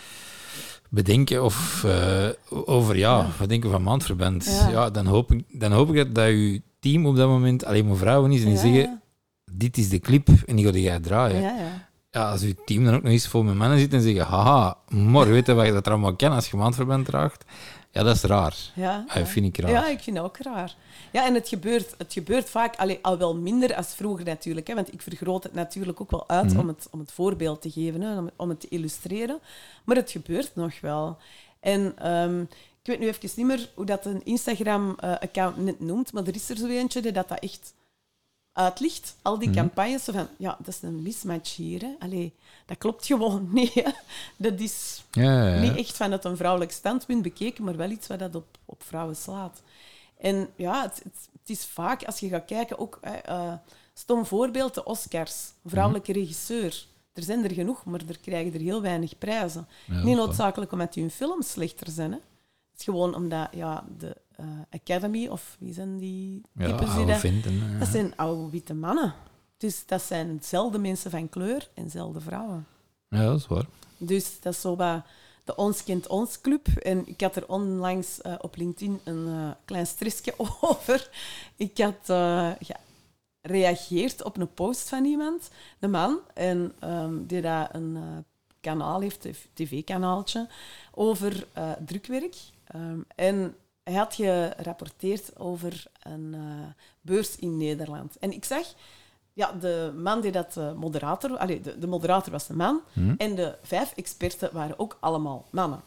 bedenken of uh, over, ja, ja. wat denken van maandverband. Ja. Ja, dan, hoop ik, dan hoop ik dat, dat je team op dat moment alleen maar vrouwen is en die ja, zeggen, ja. dit is de clip en die ga jij draaien. Ja, ja. Ja, als je team dan ook nog eens vol met mannen zit en zeggen, haha, maar weet je wat je dat er allemaal kan als je maandverband draagt? Ja, dat is raar. Ja, dat ja. vind ik raar. Ja, ik vind dat ook raar. Ja, en het gebeurt, het gebeurt vaak allee, al wel minder als vroeger natuurlijk. Hè, want ik vergroot het natuurlijk ook wel uit mm-hmm. om, het, om het voorbeeld te geven, hè, om, om het te illustreren. Maar het gebeurt nog wel. En um, ik weet nu even niet meer hoe dat een Instagram-account net noemt, maar er is er zo eentje die dat, dat echt uitlicht. Al die mm-hmm. campagnes, zo van, ja, dat is een mismatch hier. Hè. Allee, dat klopt gewoon niet. Hè. Dat is ja, ja, ja. niet echt vanuit een vrouwelijk standpunt bekeken, maar wel iets wat dat op, op vrouwen slaat. En ja, het, het, het is vaak, als je gaat kijken, ook uh, stom voorbeeld, de Oscars, vrouwelijke mm-hmm. regisseur. Er zijn er genoeg, maar er krijgen er heel weinig prijzen. Ja, niet noodzakelijk omdat hun films slechter zijn. Hè. Het is gewoon omdat ja, de uh, Academy, of wie zijn die types ja, die dat... Vinden, ja. Dat zijn oude witte mannen. Dus dat zijn zelden mensen van kleur en zelden vrouwen. Ja, dat is waar. Dus dat is zo wat de Ons Kent Ons Club. En ik had er onlangs uh, op LinkedIn een uh, klein stressje over. Ik had uh, gereageerd op een post van iemand, een man, en, um, die daar een uh, kanaal heeft, een tv-kanaaltje, over uh, drukwerk. Um, en hij had gerapporteerd over een uh, beurs in Nederland. En ik zag... Ja, de man die dat uh, moderator... Allee, de, de moderator was de man. Hmm. En de vijf experten waren ook allemaal mannen.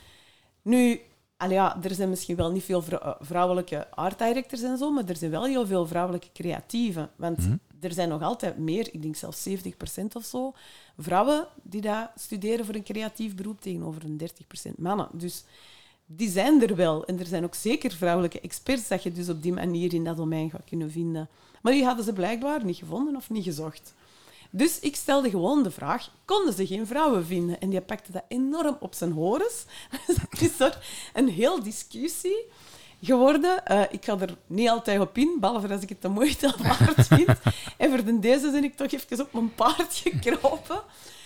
Nu, allee, ja, er zijn misschien wel niet veel vrou- vrouwelijke art directors en zo, maar er zijn wel heel veel vrouwelijke creatieven. Want hmm. er zijn nog altijd meer, ik denk zelfs zeventig procent of zo, vrouwen die dat studeren voor een creatief beroep tegenover een dertig procent mannen. Dus die zijn er wel. En er zijn ook zeker vrouwelijke experts dat je dus op die manier in dat domein gaat kunnen vinden. Maar die hadden ze blijkbaar niet gevonden of niet gezocht. Dus ik stelde gewoon de vraag, konden ze geen vrouwen vinden? En die pakte dat enorm op zijn horens. Dus dat is er een heel discussie geworden. Uh, ik ga er niet altijd op in, behalve als ik het de moeite waard vind. En voor de deze ben ik toch even op mijn paard gekropen.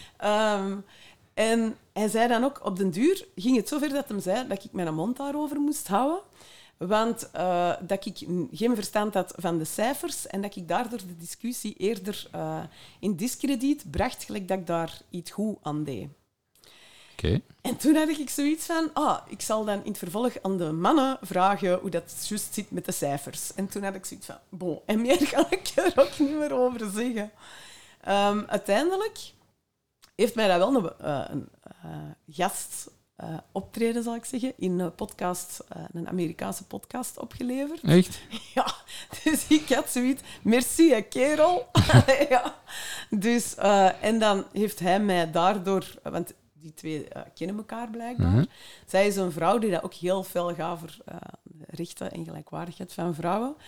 Um, en hij zei dan ook, op den duur ging het zover dat hij zei dat ik mijn mond daarover moest houden. Want uh, dat ik geen verstand had van de cijfers en dat ik daardoor de discussie eerder uh, in diskrediet bracht, gelijk dat ik daar iets goed aan deed. Okay. En toen had ik zoiets van, ah, ik zal dan in het vervolg aan de mannen vragen hoe dat juist zit met de cijfers. En toen had ik zoiets van, bon, en meer kan ik er ook niet meer over zeggen. Um, uiteindelijk heeft mij dat wel een, uh, een uh, gast... Uh, optreden, zal ik zeggen, in een podcast, uh, een Amerikaanse podcast opgeleverd. Echt? Ja, dus ik had zoiets, merci hè, kerel. Ja. Dus, uh, en dan heeft hij mij daardoor, want die twee uh, kennen elkaar blijkbaar. Uh-huh. Zij is een vrouw die dat ook heel fel gaat voor uh, rechten en gelijkwaardigheid van vrouwen.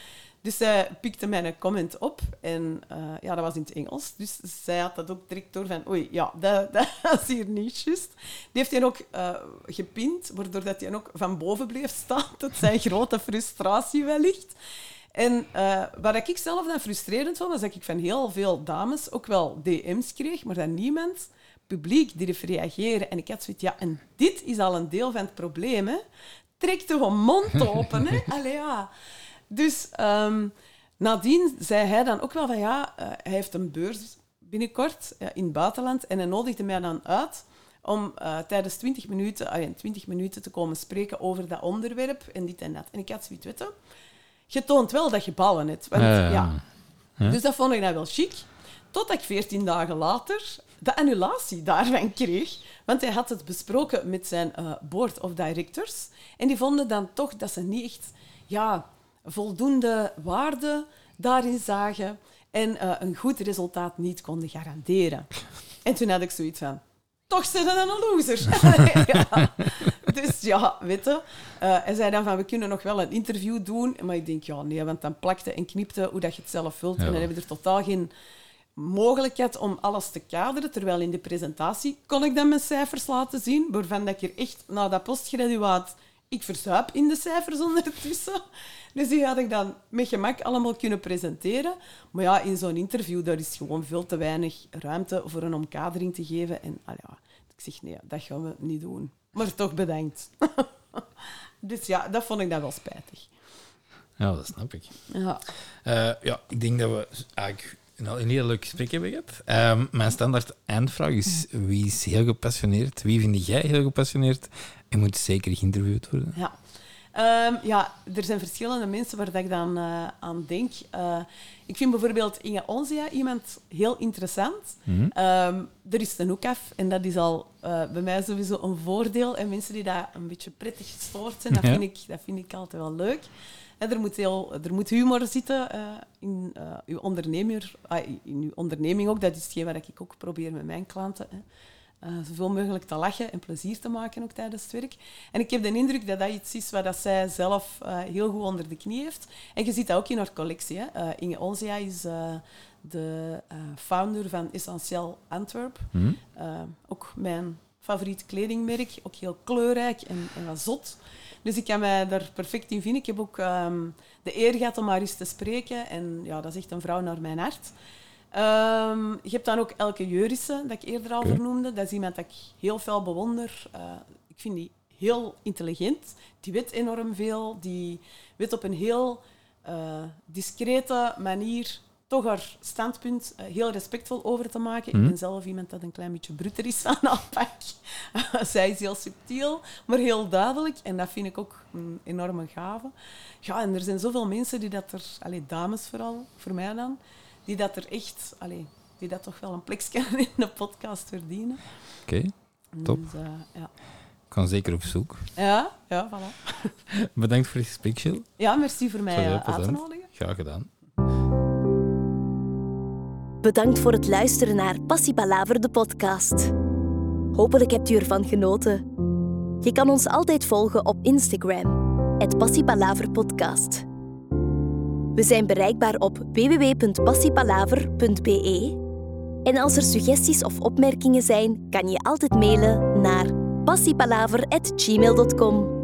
Dus zij pikte mijn comment op en uh, ja, dat was in het Engels. Dus zij had dat ook direct door van, oei, ja, dat, dat is hier niet juist. Die heeft hij ook uh, gepind, waardoor dat hij ook van boven bleef staan, tot zijn grote frustratie wellicht. En uh, wat ik zelf dan frustrerend vond, was dat ik van heel veel dames ook wel D M's kreeg, maar dat niemand publiek durft reageren. En ik had zoiets, ja, en dit is al een deel van het probleem, hè. Trek toch een mond open, hè. Allee, ja. Dus um, nadien zei hij dan ook wel van, ja, uh, hij heeft een beurs binnenkort uh, in het buitenland en hij nodigde mij dan uit om uh, tijdens twintig minuten, uh, twintig minuten te komen spreken over dat onderwerp en dit en dat. En ik had zoiets, weet je, je toont wel dat je ballen hebt. Want, uh, ja. Huh? Dus dat vond ik nou wel chic. Totdat ik veertien dagen later de annulatie daarvan kreeg. Want hij had het besproken met zijn uh, board of directors. En die vonden dan toch dat ze niet echt ja, voldoende waarde daarin zagen en uh, een goed resultaat niet konden garanderen. En toen had ik zoiets van, toch zijn ze dan een loser. Ja. Dus ja, weet je. Uh, hij zei dan van, we kunnen nog wel een interview doen. Maar ik denk, ja, nee, want dan plakte en knipte hoe dat je het zelf vult. Ja. En dan hebben we er totaal geen mogelijkheid om alles te kaderen. Terwijl in de presentatie kon ik dan mijn cijfers laten zien. Waarvan dat ik er echt, na dat postgraduaat, ik verzuip in de cijfers ondertussen. Dus die had ik dan met gemak allemaal kunnen presenteren. Maar ja, in zo'n interview, daar is gewoon veel te weinig ruimte voor een omkadering te geven. En ah ja, ik zeg, nee, dat gaan we niet doen. Maar toch bedankt. Dus ja, dat vond ik dan wel spijtig. Ja, dat snap ik. Ja, uh, ja ik denk dat we eigenlijk een, een heel leuk gesprek hebben gehad. Um, mijn standaard eindvraag is, wie is heel gepassioneerd? Wie vind jij heel gepassioneerd? En moet zeker geïnterviewd worden? Ja. Um, ja, er zijn verschillende mensen waar ik dan uh, aan denk. Uh, ik vind bijvoorbeeld Inge Onzia iemand heel interessant. Mm-hmm. Um, er is een hoek af en dat is al uh, bij mij sowieso een voordeel. En mensen die daar een beetje prettig gestoord zijn, dat, ja. vind, ik, dat vind ik altijd wel leuk. En er, moet heel, er moet humor zitten uh, in, uh, uw ondernemer, uh, in uw onderneming ook. Dat is hetgeen wat ik ook probeer met mijn klanten. Hè. Uh, zoveel mogelijk te lachen en plezier te maken ook tijdens het werk. En ik heb de indruk dat dat iets is wat dat zij zelf uh, heel goed onder de knie heeft. En je ziet dat ook in haar collectie. Hè. Uh, Inge Onzia is uh, de uh, founder van Essentiel Antwerp. Mm. Uh, ook mijn favoriet kledingmerk. Ook heel kleurrijk en, en wat zot. Dus ik kan mij daar perfect in vinden. Ik heb ook um, de eer gehad om haar eens te spreken. En ja, dat is echt een vrouw naar mijn hart. Um, je hebt dan ook Elke Jurissen, dat ik eerder al okay. vernoemde. Dat is iemand dat ik heel veel bewonder. Uh, ik vind die heel intelligent. Die weet enorm veel. Die weet op een heel uh, discrete manier toch haar standpunt uh, heel respectvol over te maken. Mm. Ik ben zelf iemand dat een klein beetje bruter is aan aanpak. Zij is heel subtiel, maar heel duidelijk. En dat vind ik ook een enorme gave. Ja, en er zijn zoveel mensen die dat er... Allee, dames vooral, voor mij dan... die dat er echt, allee, die dat toch wel een plekje in de podcast verdienen. Oké, okay, top. Dus, uh, ja. Ik ga zeker op zoek. Ja, ja, voilà. Bedankt voor het gesprek, Jill. Ja, merci voor mij uh, uit te nodigen. Graag gedaan. Bedankt voor het luisteren naar Passie Palaver, de podcast. Hopelijk hebt u ervan genoten. Je kan ons altijd volgen op Instagram, at Passie Palaver Podcast. We zijn bereikbaar op w w w punt passiepalaver punt b e. En als er suggesties of opmerkingen zijn, kan je altijd mailen naar passiepalaver at gmail dot com.